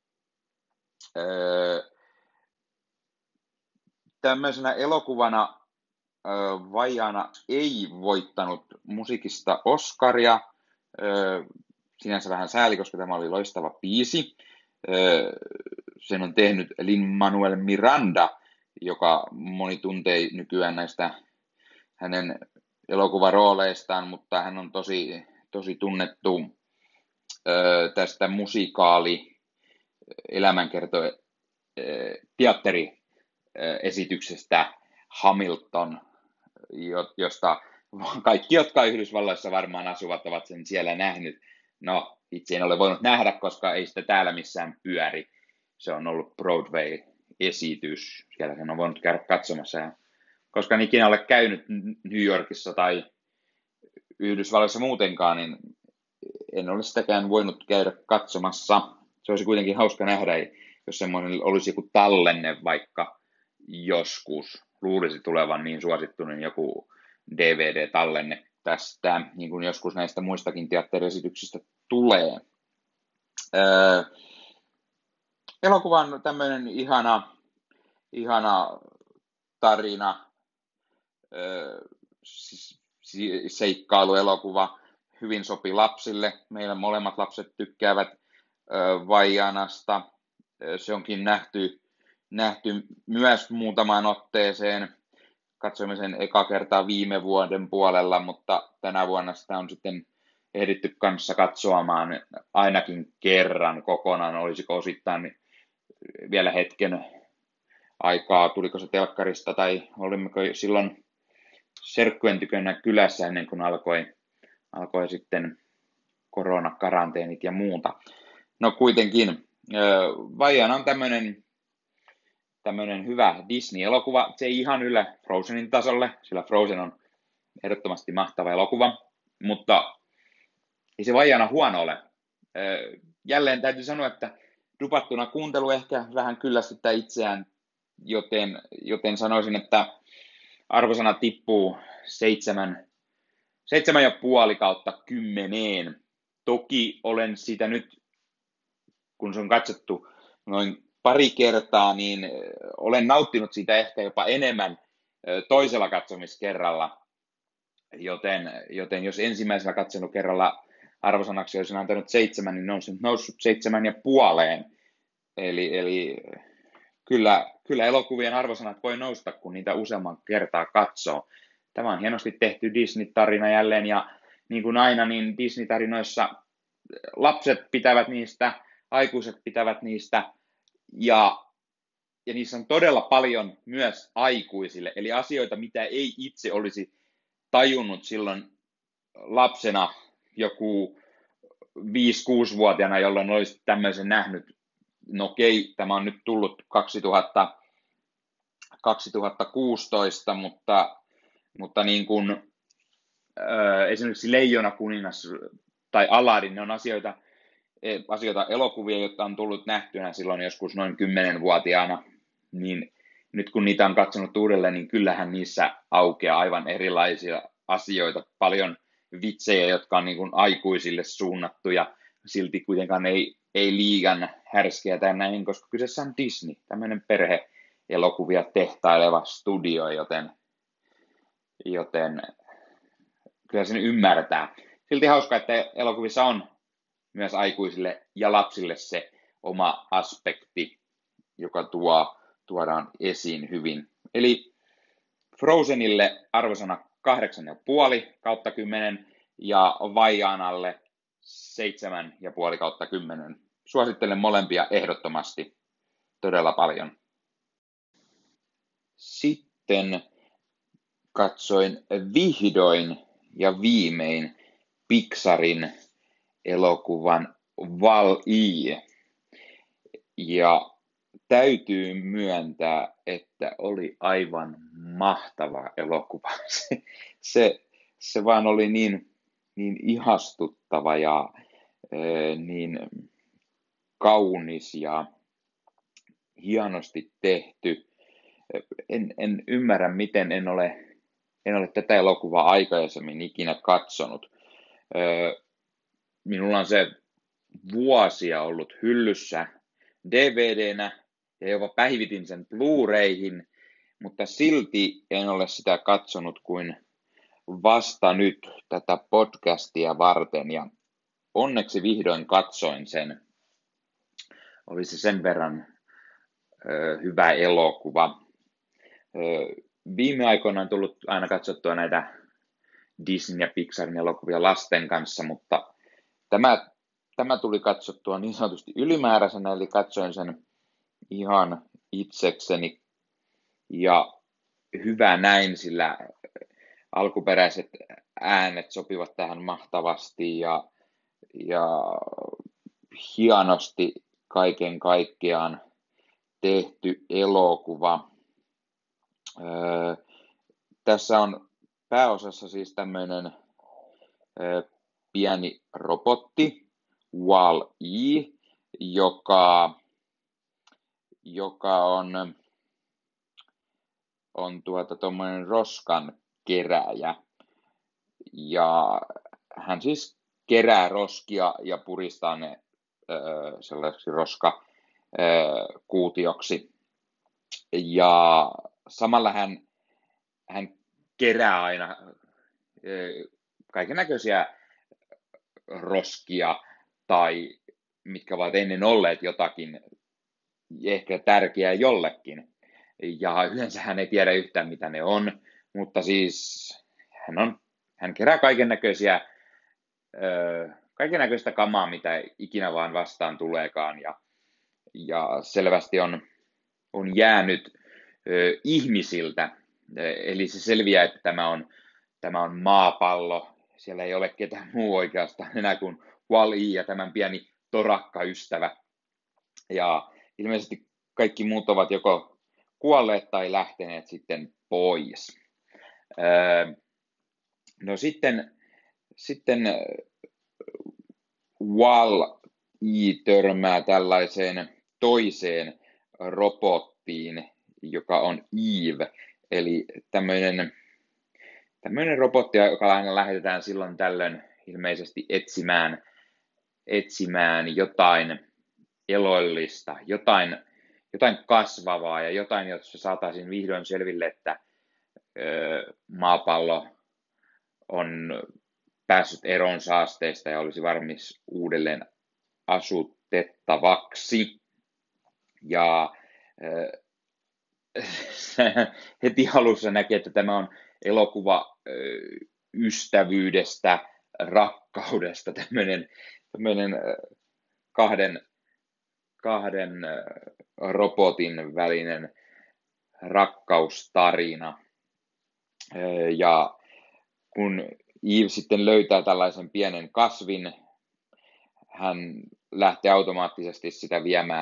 Tämmöisenä elokuvana Vaiana ei voittanut musiikista Oscaria. Sinänsä vähän sääli, koska tämä oli loistava biisi. Sen on tehnyt Lin-Manuel Miranda, joka moni tuntee nykyään näistä hänen elokuvarooleistaan, mutta hän on tosi tunnettu tästä musikaali elämänkerto teatteriesityksestä Hamilton, josta kaikki, jotka Yhdysvalloissa varmaan asuvat, ovat sen siellä nähnyt. No, itse en ole voinut nähdä, koska ei sitä täällä missään pyöri. Se on ollut Broadway-esitys. Siellä sen on voinut käydä katsomassa. Ja koska en ikinä ole käynyt New Yorkissa tai Yhdysvalloissa muutenkaan, niin en ole sitäkään voinut käydä katsomassa. Se olisi kuitenkin hauska nähdä, jos semmoinen olisi joku tallenne vaikka joskus. Luulisi tulevan niin suosittu, niin joku DVD-tallenne tästä, niin kuin joskus näistä muistakin teatteriesityksistä tulee. Elokuva on tämmöinen ihana tarina, seikkailuelokuva, hyvin sopii lapsille. Meillä molemmat lapset tykkäävät Vaianasta. Se onkin nähty myös muutamaan otteeseen. Katsoimme sen eka kertaa viime vuoden puolella, mutta tänä vuonna sitä on sitten ehditty kanssa katsomaan ainakin kerran kokonaan. Olisiko osittain vielä hetken aikaa, tuliko se telkkarista tai olimmeko silloin serkkujen tykönä kylässä ennen kuin alkoi sitten koronakaranteenit ja muuta. No kuitenkin, Vaiana on tämmöinen hyvä Disney-elokuva. Se ei ihan yllä Frozenin tasolle, sillä Frozen on ehdottomasti mahtava elokuva, mutta ei se Vaiana huono ole. Jälleen täytyy sanoa, että dupattuna kuuntelu ehkä vähän kyllästyttää itseään, joten sanoisin, että arvosana tippuu 7,5/10. Toki olen sitä nyt, kun se on katsottu noin pari kertaa, niin olen nauttinut siitä ehkä jopa enemmän toisella katsomiskerralla, joten jos ensimmäisellä katselukerralla arvosanaksi olisin antanut 7, niin ne on noussut 7,5. Eli kyllä elokuvien arvosanat voi nousta, kun niitä useamman kertaa katsoo. Tämä on hienosti tehty Disney-tarina jälleen, ja niin kuin aina, niin Disney-tarinoissa lapset pitävät niistä, aikuiset pitävät niistä, ja niissä on todella paljon myös aikuisille, eli asioita, mitä ei itse olisi tajunnut silloin lapsena joku 5-6-vuotiaana, jolloin olisi tämmöisen nähnyt. No okei, tämä on nyt tullut 2016, mutta niin kuin, esimerkiksi Leijona kuningas tai Aladdin, ne on asioita elokuvia, jotka on tullut nähtynä silloin joskus noin 10-vuotiaana, niin nyt kun niitä on katsonut uudelleen, niin kyllähän niissä aukeaa aivan erilaisia asioita, paljon vitsejä, jotka on niin kuin aikuisille suunnattu ja silti kuitenkaan ei liian härskeä tai näin, koska kyseessä on Disney, tämmöinen perhe-elokuvia tehtaileva studio, joten kyllä sen ymmärtää. Silti hauskaa, että elokuvissa on myös aikuisille ja lapsille se oma aspekti, joka tuodaan esiin hyvin. Eli Frozenille arvosana 8,5/10 ja Vaianalle 7,5/10. Suosittelen molempia ehdottomasti todella paljon. Sitten katsoin vihdoin ja viimein Pixarin elokuvan Wall-E. Ja täytyy myöntää, että oli aivan mahtava elokuva. Se vaan oli niin ihastuttava ja niin kaunis ja hienosti tehty. En ymmärrä, miten en ole tätä elokuvaa aikaisemmin ikinä katsonut. Minulla on se vuosia ollut hyllyssä DVDnä ja jopa päivitin sen Blu-rayhin, mutta silti en ole sitä katsonut kuin vasta nyt tätä podcastia varten ja onneksi vihdoin katsoin sen. Oli se sen verran hyvä elokuva. Viime aikoina on tullut aina katsottua näitä Disney ja Pixarin elokuvia lasten kanssa, mutta tämä tuli katsottua niin sanotusti ylimääräisenä, eli katsoin sen ihan itsekseni ja hyvä näin, sillä alkuperäiset äänet sopivat tähän mahtavasti ja hienosti kaiken kaikkiaan tehty elokuva. Tässä on pääosassa siis tämmöinen pieni robotti, Wall-E, joka on tuommoinen roskan kerääjä. Ja hän siis kerää roskia ja puristaa ne sellaiseksi roskakuutioksi. Ja samalla hän kerää aina kaikennäköisiä roskia tai mitkä ovat ennen olleet jotakin ehkä tärkeää jollekin. Ja yleensä hän ei tiedä yhtään mitä ne on, mutta siis hän kerää kaikennäköistä kamaa, mitä ikinä vaan vastaan tuleekaan ja selvästi on jäänyt ihmisiltä. Eli se selviää, että tämä on maapallo. Siellä ei ole ketään muu oikeastaan enää kuin Wall-E ja tämän pieni torakka ystävä. Ja ilmeisesti kaikki muut ovat joko kuolleet tai lähteneet sitten pois. No sitten Wall-E törmää tällaiseen toiseen robottiin, joka on Eve, eli tämmöinen robotti, joka aina lähetetään silloin tällöin ilmeisesti etsimään jotain elollista, jotain kasvavaa ja jotain, jossa saataisiin vihdoin selville, että maapallo on päässyt eroon saasteista ja olisi valmis uudelleen asutettavaksi. Ja heti alussa näki, että tämä on elokuva ystävyydestä, rakkaudesta, tämmöinen kahden robotin välinen rakkaustarina. Ja kun Eve sitten löytää tällaisen pienen kasvin, hän lähtee automaattisesti sitä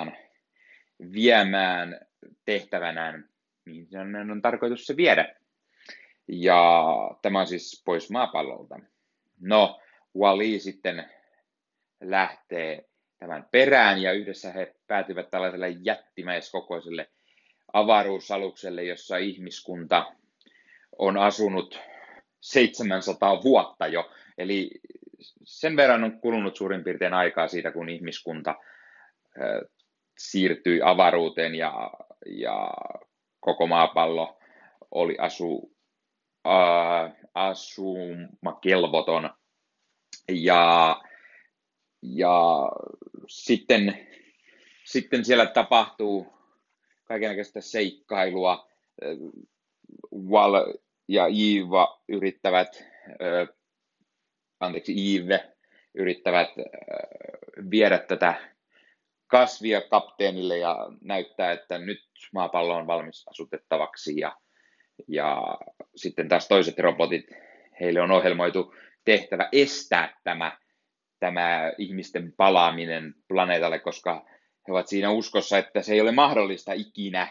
viemään tehtävänään, mihin sen on tarkoitus se viedä. Ja tämä on siis pois maapallolta. No, Wall-E sitten lähtee tämän perään ja yhdessä he päätyvät tällaiselle jättimäiskokoiselle avaruusalukselle, jossa ihmiskunta on asunut 700 vuotta jo. Eli sen verran on kulunut suurin piirtein aikaa siitä, kun ihmiskunta siirtyi avaruuteen ja koko maapallo oli asumakelvoton. Ja sitten siellä tapahtuu kaikennäköistä seikkailua. Wall ja Eve yrittävät viedä tätä kasvia kapteenille ja näyttää, että nyt maapallo on valmis asutettavaksi. Ja sitten taas toiset robotit, heille on ohjelmoitu tehtävä estää tämä ihmisten palaaminen planeetalle, koska he ovat siinä uskossa, että se ei ole mahdollista ikinä.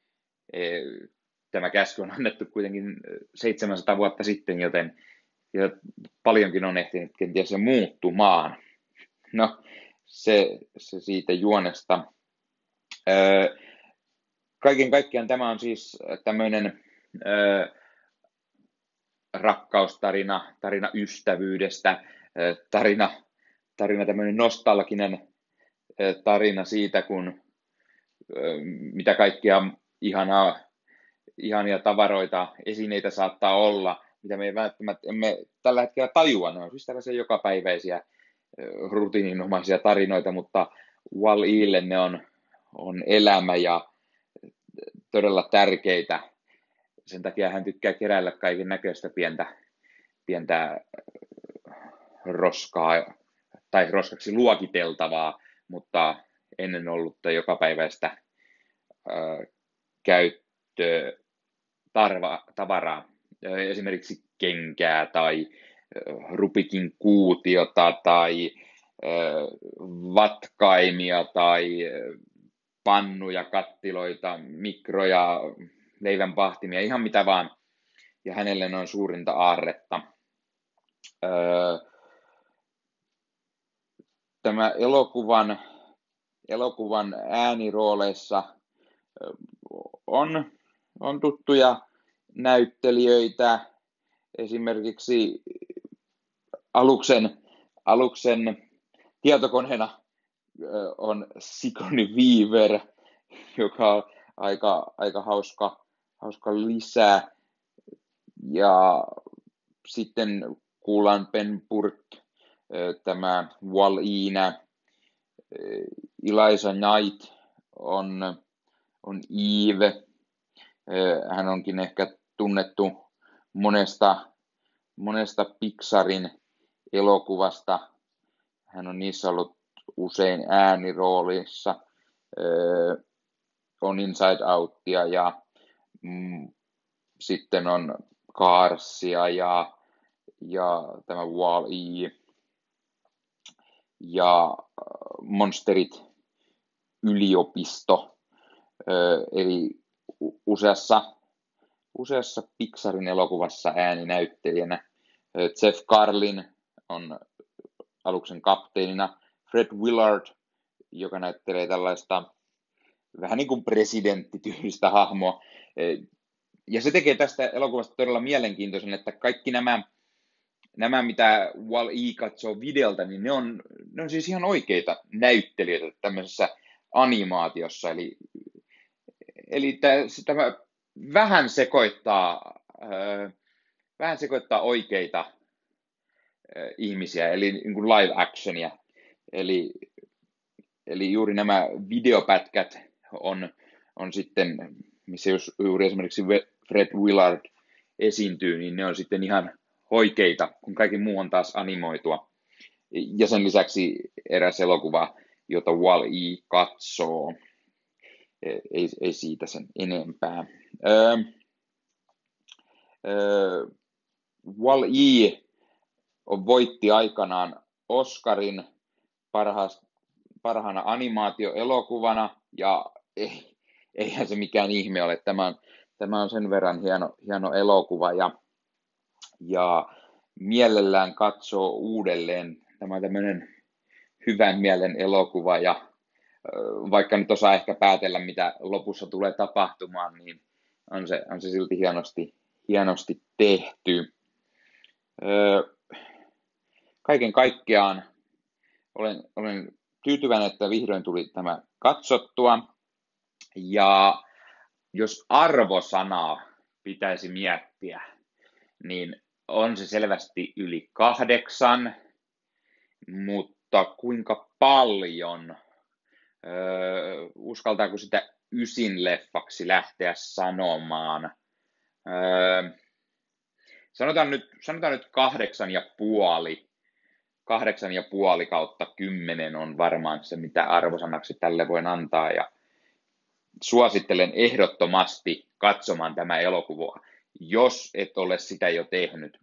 Tämä käsky on annettu kuitenkin 700 vuotta sitten, joten paljonkin on ehtinyt kenties jo muuttumaan. No, se siitä juonesta. Kaiken kaikkiaan tämä on siis tämmöinen rakkaustarina, tarina ystävyydestä, tarina tämmöinen nostalginen tarina siitä, kun mitä kaikkia ihania tavaroita, esineitä saattaa olla, mitä me ei välttämättä emme tällä hetkellä tajua. Ne on siis tällaisia jokapäiväisiä rutiininomaisia tarinoita, mutta Wall-Elle ne on elämä ja todella tärkeitä. Sen takia hän tykkää keräillä kaiken näköistä pientä roskaa tai roskaksi luokiteltavaa, mutta ennen ollutta jokapäiväistä käyttötavaraa, esimerkiksi kenkää tai Rubikin kuutiota tai vatkaimia tai pannuja, kattiloita, mikroja, leivänpahtimia, ihan mitä vaan. Ja hänelle ne on suurinta aarretta. Tämä elokuvan äänirooleissa on tuttuja näyttelijöitä. Esimerkiksi aluksen tietokoneena on Sigourney Weaver, joka on aika hauska lisää. Ja sitten kuullaan Ben Burtt, tämä Wall-Ena. Eliza Knight on Eve. Hän onkin ehkä tunnettu monesta Pixarin elokuvasta. Hän on niissä ollut usein ääniroolissa. On Inside Outia ja sitten on Carsia ja tämä Wall-E ja Monsterit yliopisto, eli useassa Pixarin elokuvassa ääninäyttelijänä. Jeff Carlin on aluksen kapteenina. Fred Willard, joka näyttelee tällaista vähän niin kuin presidenttityylistä hahmoa. Ja se tekee tästä elokuvasta todella mielenkiintoisen, että kaikki nämä mitä Wall-E katsoo videolta, niin ne on siis ihan oikeita näyttelijöitä tämmöisessä animaatiossa. Eli tämä vähän sekoittaa, vähän sekoittaa oikeita ihmisiä, eli niin kuin live actionia. Eli juuri nämä videopätkät on sitten, missä jos juuri esimerkiksi Fred Willard esiintyy, niin ne on sitten ihan oikeita, kun kaikki muu on taas animoitua. Ja sen lisäksi eräs elokuva, jota Wall-E katsoo. Ei siitä sen enempää. Wall-E voitti aikanaan Oscarin parhaana animaatioelokuvana, ja eihän se mikään ihme ole. Tämä on sen verran hieno elokuva, ja mielellään katsoo uudelleen. Tämä on tämmöinen hyvän mielen elokuva, ja vaikka nyt osaa ehkä päätellä, mitä lopussa tulee tapahtumaan, niin on se silti hienosti tehty. Kaiken kaikkiaan olen tyytyväinen, että vihdoin tuli tämä katsottua. Ja jos arvosanaa pitäisi miettiä, niin on se selvästi yli 8, mutta kuinka paljon, uskaltaako sitä 9 leffaksi lähteä sanomaan? Sanotaan nyt 8,5. 8,5 kautta 10 on varmaan se, mitä arvosanaksi tälle voin antaa, ja suosittelen ehdottomasti katsomaan tämä elokuva, jos et ole sitä jo tehnyt.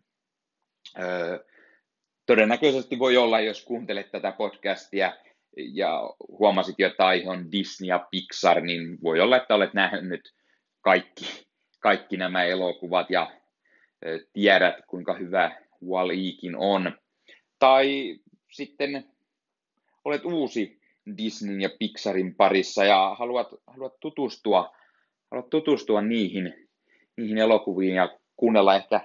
Todennäköisesti voi olla, jos kuuntelet tätä podcastia ja huomasit jo, että aihe on Disney ja Pixar, niin voi olla, että olet nähnyt kaikki nämä elokuvat ja tiedät, kuinka hyvä Wall-Ekin on. Tai sitten olet uusi Disneyn ja Pixarin parissa ja haluat tutustua niihin elokuviin ja kuunnella ehkä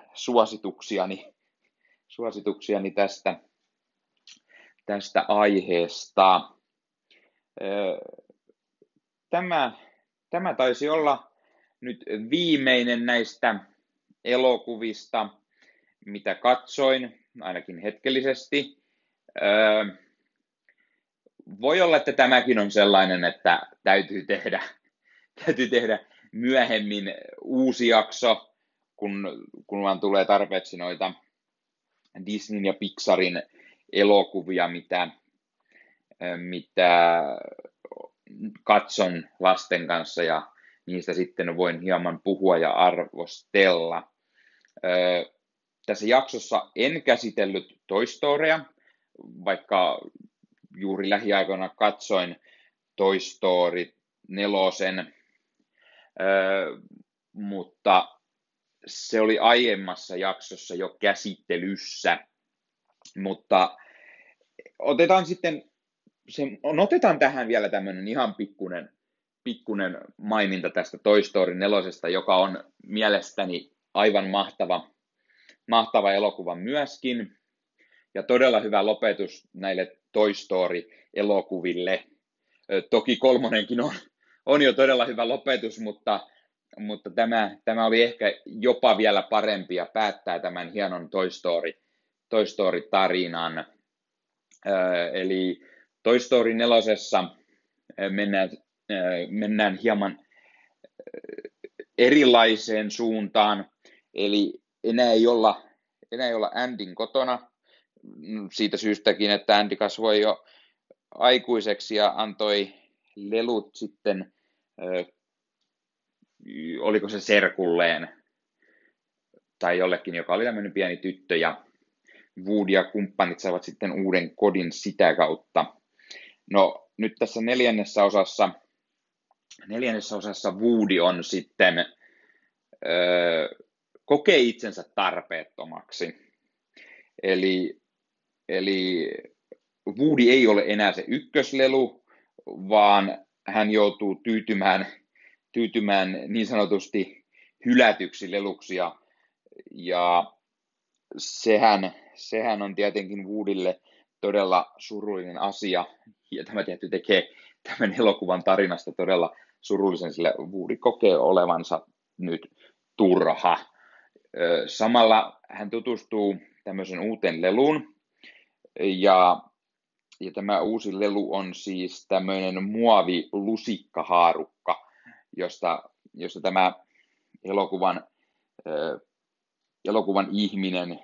suosituksiani tästä aiheesta. Tämä taisi olla nyt viimeinen näistä elokuvista, mitä katsoin, ainakin hetkellisesti. Voi olla, että tämäkin on sellainen, että täytyy tehdä myöhemmin uusi jakso, kun vaan tulee tarpeeksi noita Disneyn ja Pixarin elokuvia, mitä katson lasten kanssa, ja niistä sitten voin hieman puhua ja arvostella. Tässä jaksossa en käsitellyt Toy Storya, vaikka juuri lähiaikoina katsoin Toy Story 4, mutta se oli aiemmassa jaksossa jo käsittelyssä. Mutta otetaan tähän vielä tämmöinen ihan pikkunen maininta tästä Toy Story 4, joka on mielestäni aivan mahtava elokuva myöskin, ja todella hyvä lopetus näille Toy Story-elokuville. Toki 3 on jo todella hyvä lopetus, mutta tämä oli ehkä jopa vielä parempi ja päättää tämän hienon Toy Story-tarinan. Eli Toy Story 4 mennään hieman erilaiseen suuntaan, eli enää ei olla Andyn kotona, siitä syystäkin, että Andy kasvoi jo aikuiseksi ja antoi lelut sitten, oliko se serkulleen tai jollekin, joka oli tämmöinen pieni tyttö, ja Woody ja kumppanit saivat sitten uuden kodin sitä kautta. No nyt tässä neljännessä osassa Woody on sitten kokee itsensä tarpeettomaksi. Eli Woody ei ole enää se ykköslelu, vaan hän joutuu tyytymään niin sanotusti hylätyksi leluksi, ja sehän on tietenkin Woodylle todella surullinen asia, ja tämä tietysti tekee tämän elokuvan tarinasta todella surullisen, sillä Woody kokee olevansa nyt turha. Samalla hän tutustuu tämmöisen uuteen leluun, ja tämä uusi lelu on siis tämmöinen muovilusikkahaarukka, josta tämä elokuvan ihminen,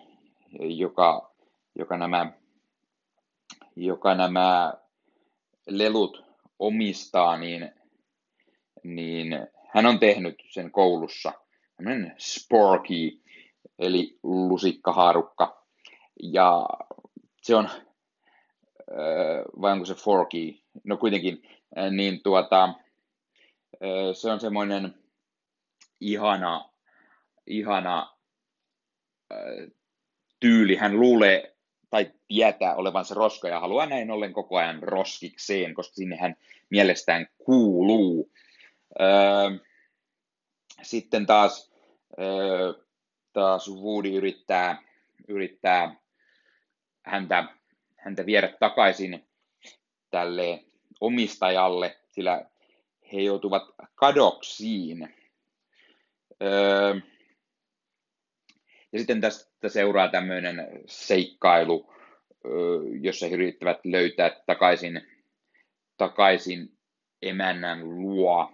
joka nämä lelut omistaa, niin hän on tehnyt sen koulussa. Tämmöinen sporky, eli lusikkahaarukka. Ja se on, vai onko se forky? No kuitenkin, niin se on semmoinen ihana tyyli. Hän luulee tai tietää olevansa roska ja haluaa näin ollen koko ajan roskikseen, koska sinne hän mielestään kuuluu. Sitten taas Woody yrittää häntä viedä takaisin tälle omistajalle, sillä he joutuvat kadoksiin. Ja sitten tästä seuraa tämmöinen seikkailu, jossa he yrittävät löytää takaisin emännän luo.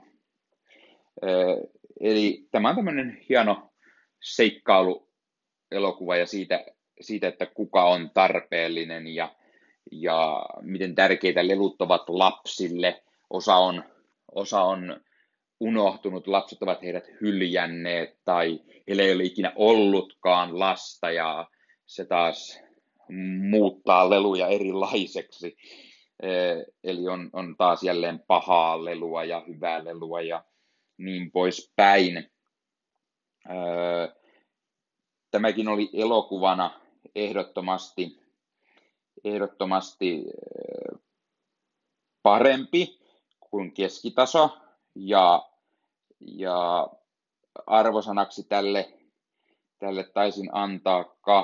Eli tämä on tämmöinen hieno seikkailuelokuva ja siitä, että kuka on tarpeellinen ja miten tärkeitä lelut ovat lapsille. Osa on unohtunut, lapset ovat heidät hyljänneet tai heillä ei ole ikinä ollutkaan lasta ja se taas muuttaa leluja erilaiseksi. Eli on taas jälleen pahaa lelua ja hyvää lelua ja niin poispäin. Tämäkin oli elokuvana ehdottomasti parempi kuin keskitaso ja arvosanaksi tälle taisin antaa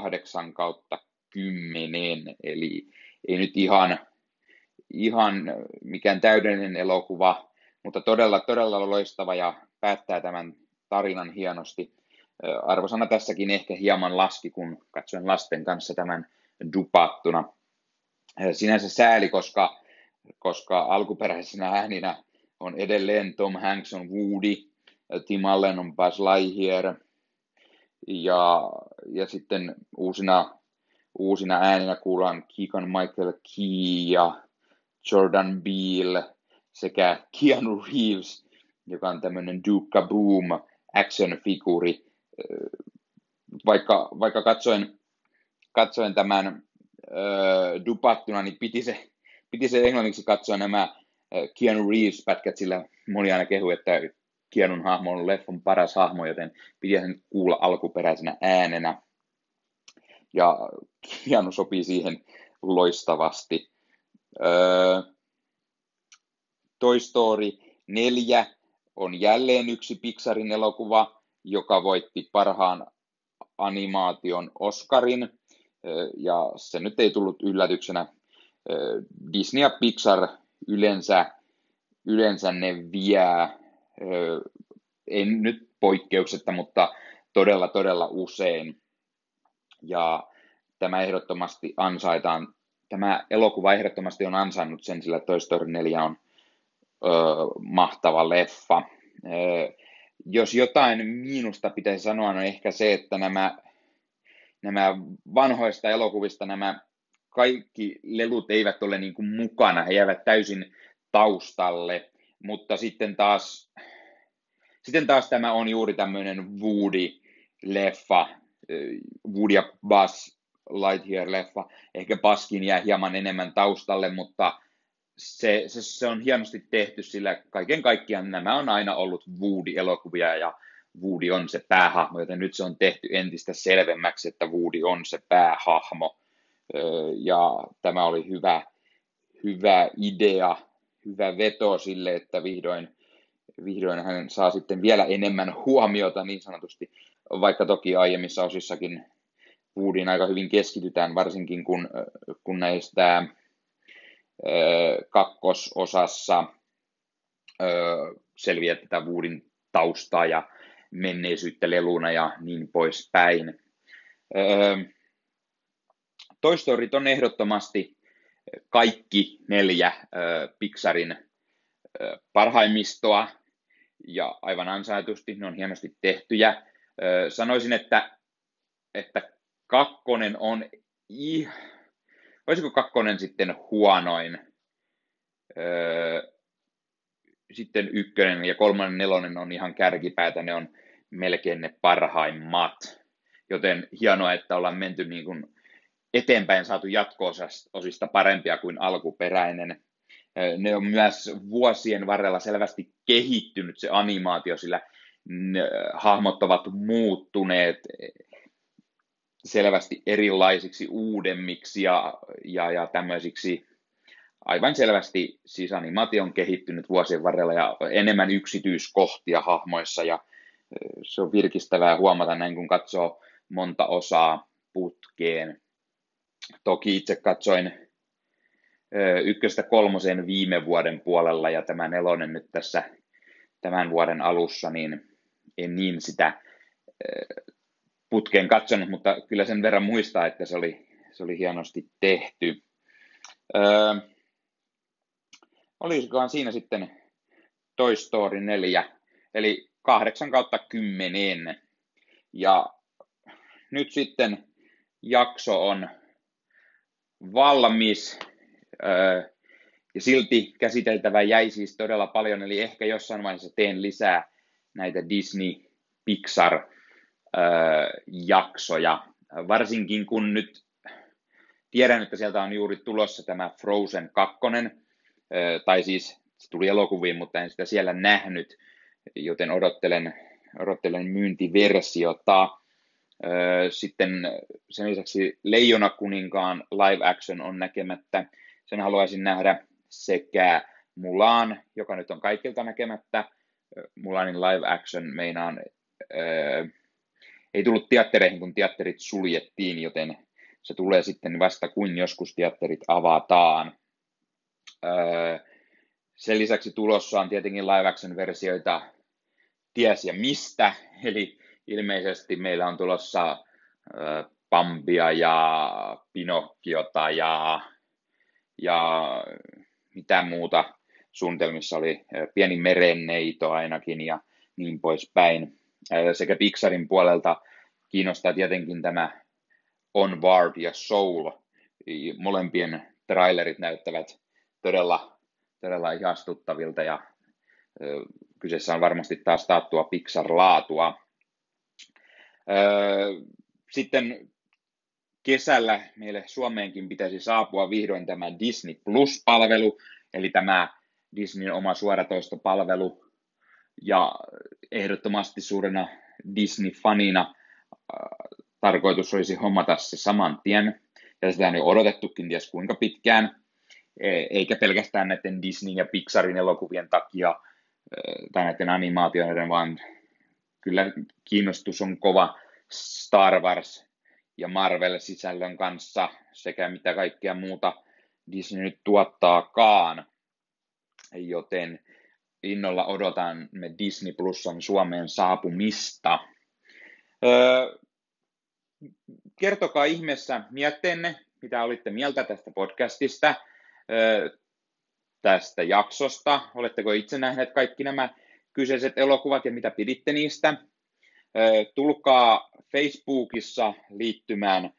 8/10, eli ei nyt ihan mikään täydellinen elokuva, mutta todella loistava ja päättää tämän tarinan hienosti. Arvosana tässäkin ehkä hieman laski, kun katsoin lasten kanssa tämän dupattuna. Sinänsä sääli, koska alkuperäisenä ääninä on edelleen Tom Hanks on Woody, Tim Allen on Buzz Lightyear ja sitten uusina ääninä kuullaan Keegan-Michael Key ja Jordan Peele sekä Keanu Reeves, joka on tämmöinen Duke Boom action-figuuri. Vaikka katsoin tämän dupattuna, niin piti se englanniksi katsoa nämä Keanu Reeves-pätkät, sillä moni aina kehui, että Keanun hahmo on leffan paras hahmo, joten piti sen kuulla alkuperäisenä äänenä. Ja Keanu sopii siihen loistavasti. Toy Story 4 on jälleen yksi Pixarin elokuva, joka voitti parhaan animaation Oscarin. Ja se nyt ei tullut yllätyksenä. Disney ja Pixar yleensä ne vie, en nyt poikkeuksetta, mutta todella usein. Ja tämä elokuva ehdottomasti on ansainnut sen, sillä Toy Story 4 on mahtava leffa. Jos jotain miinusta pitäisi sanoa, on ehkä se, että nämä vanhoista elokuvista nämä kaikki lelut eivät ole niin kuin mukana, he jäävät täysin taustalle, mutta sitten taas tämä on juuri tämmöinen Woody-leffa, Woody ja Buzz Lightyear-leffa, ehkä Buzzkin jää hieman enemmän taustalle, mutta se on hienosti tehty, sillä kaiken kaikkiaan nämä on aina ollut Woody-elokuvia ja Woody on se päähahmo, joten nyt se on tehty entistä selvemmäksi, että Woody on se päähahmo. Ja tämä oli hyvä idea, hyvä veto sille, että vihdoin hän saa sitten vielä enemmän huomiota niin sanotusti, vaikka toki aiemmissa osissakin Woodiin aika hyvin keskitytään, varsinkin kun näistä kakkososassa selviää tätä Woodin taustaa ja menneisyyttä leluna ja niin poispäin. Toy Storyt on ehdottomasti kaikki 4 Pixarin parhaimmistoa, ja aivan ansaitusti ne on hienosti tehtyjä. Sanoisin, että kakkonen on, olisiko kakkonen sitten huonoin, sitten 1 ja 3 ja 4 on ihan kärkipäätä, ne on melkein ne parhaimmat, joten hienoa, että ollaan menty niin kuin eteenpäin, saatu jatko-osista parempia kuin alkuperäinen. Ne on myös vuosien varrella selvästi kehittynyt se animaatio, sillä hahmot ovat muuttuneet selvästi erilaisiksi, uudemmiksi ja tämmöisiksi. Aivan selvästi siis animaatio on kehittynyt vuosien varrella ja enemmän yksityiskohtia hahmoissa, ja se on virkistävää huomata näin, kun katsoo monta osaa putkeen. Toki itse katsoin 1-3 viime vuoden puolella ja tämä 4 nyt tässä tämän vuoden alussa, niin en niin sitä putkeen katsonut, mutta kyllä sen verran muistaa, että se oli hienosti tehty. Olisikohan siinä sitten Toy Story 4, eli 8/10. Ja nyt sitten jakso on valmis, ja silti käsiteltävää jäi siis todella paljon, eli ehkä jossain vaiheessa teen lisää näitä Disney Pixar jaksoja, varsinkin kun nyt tiedän, että sieltä on juuri tulossa tämä Frozen 2, tai siis se tuli elokuviin, mutta en sitä siellä nähnyt, joten odottelen myyntiversiota. Sitten sen lisäksi Leijona kuninkaan live action on näkemättä. Sen haluaisin nähdä, sekä Mulan, joka nyt on kaikilta näkemättä. Mulanin live action meinaan ei tullut teattereihin, kun teatterit suljettiin, joten se tulee sitten vasta kun joskus teatterit avataan. Sen lisäksi tulossa on tietenkin live action versioita ties ja mistä, eli ilmeisesti meillä on tulossa Bambia ja Pinokkiota ja mitä muuta suunnitelmissa oli, pieni merenneito ainakin ja niin poispäin. Sekä Pixarin puolelta kiinnostaa tietenkin tämä Onward ja Soul. Molempien trailerit näyttävät todella ihastuttavilta, ja kyseessä on varmasti taas taattua Pixar-laatua. Sitten kesällä meille Suomeenkin pitäisi saapua vihdoin tämä Disney Plus-palvelu, eli tämä Disneyn oma suoratoistopalvelu, ja ehdottomasti suurena Disney-fanina tarkoitus olisi hommata se saman tien, ja sitä on jo odotettukin ties kuinka pitkään, eikä pelkästään näiden Disney ja Pixarin elokuvien takia tai näiden animaatioiden, vaan kyllä kiinnostus on kova Star Wars ja Marvel-sisällön kanssa sekä mitä kaikkea muuta Disney nyt tuottaakaan, joten innolla odotan me Disney Plusan Suomeen saapumista. Kertokaa ihmeessä mietteenne, mitä olitte mieltä tästä podcastista, tästä jaksosta. Oletteko itse nähneet kaikki nämä kyseiset elokuvat ja mitä piditte niistä? Tulkaa Facebookissa liittymään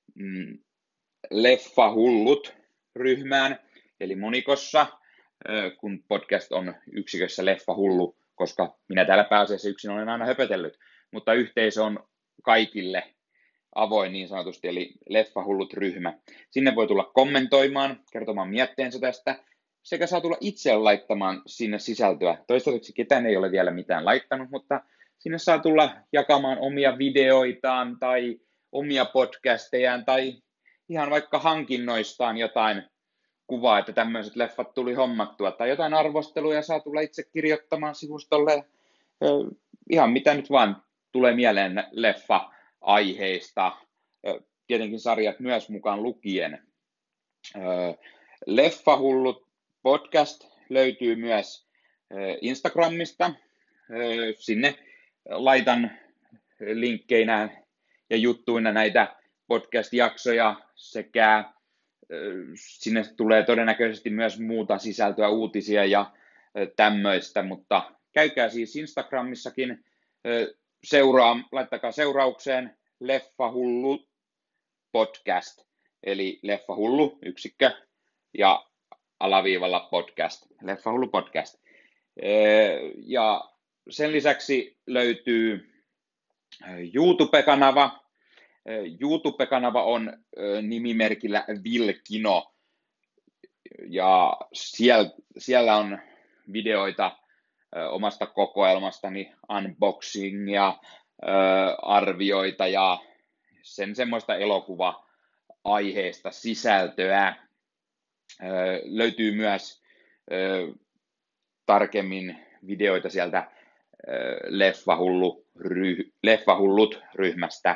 Leffahullut-ryhmään, eli monikossa, kun podcast on yksikössä Leffahullu, koska minä täällä pääasiassa yksin olen aina höpötellyt, mutta yhteisö on kaikille avoin niin sanotusti, eli Leffahullut-ryhmä. Sinne voi tulla kommentoimaan, kertomaan mietteensä tästä, sekä saa tulla itse laittamaan sinne sisältöä. Toistaiseksi ketään ei ole vielä mitään laittanut, mutta sinne saa tulla jakamaan omia videoitaan tai omia podcastejaan tai ihan vaikka hankinnoistaan jotain kuvaa, että tämmöiset leffat tuli hommattua, tai jotain arvosteluja saa tulla itse kirjoittamaan sivustolle. Ihan mitä nyt vaan tulee mieleen leffa-aiheista, tietenkin sarjat myös mukaan lukien. Leffahullut podcast löytyy myös Instagramista. Sinne laitan linkkeinä ja juttuina näitä podcast-jaksoja sekä sinne tulee todennäköisesti myös muuta sisältöä, uutisia ja tämmöistä, mutta käykää siis Instagramissakin laittakaa seuraukseen Leffahullu podcast, eli Leffahullu yksikkö ja alaviivalla podcast, Leffahullu podcast. Ja sen lisäksi löytyy YouTube-kanava. YouTube-kanava on nimimerkillä Vilkino, ja siellä on videoita omasta kokoelmastani, unboxingia, arvioita ja sen semmoista elokuva-aiheesta sisältöä. Löytyy myös tarkemmin videoita sieltä Leffahullut-ryhmästä.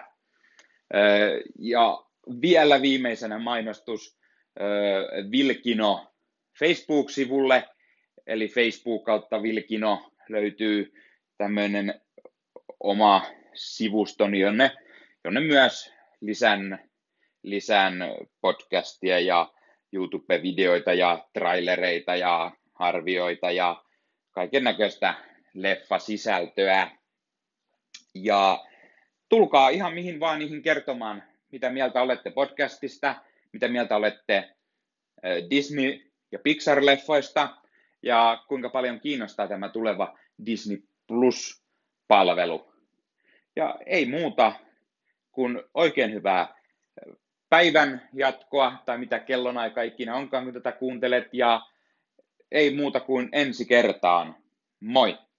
Ja vielä viimeisenä mainostus Vilkino Facebook-sivulle, eli Facebook kautta Vilkino löytyy tämmöinen oma sivustoni, jonne myös lisään podcastia ja YouTube-videoita ja trailereita ja arvioita ja kaiken näköistä leffasisältöä. Ja tulkaa ihan mihin vaan niihin kertomaan, mitä mieltä olette podcastista, mitä mieltä olette Disney- ja Pixar-leffoista ja kuinka paljon kiinnostaa tämä tuleva Disney Plus-palvelu. Ja ei muuta kuin oikein hyvää päivän jatkoa tai mitä kellonaika ikinä onkaan, kun tätä kuuntelet, ja ei muuta kuin ensi kertaan. Moi!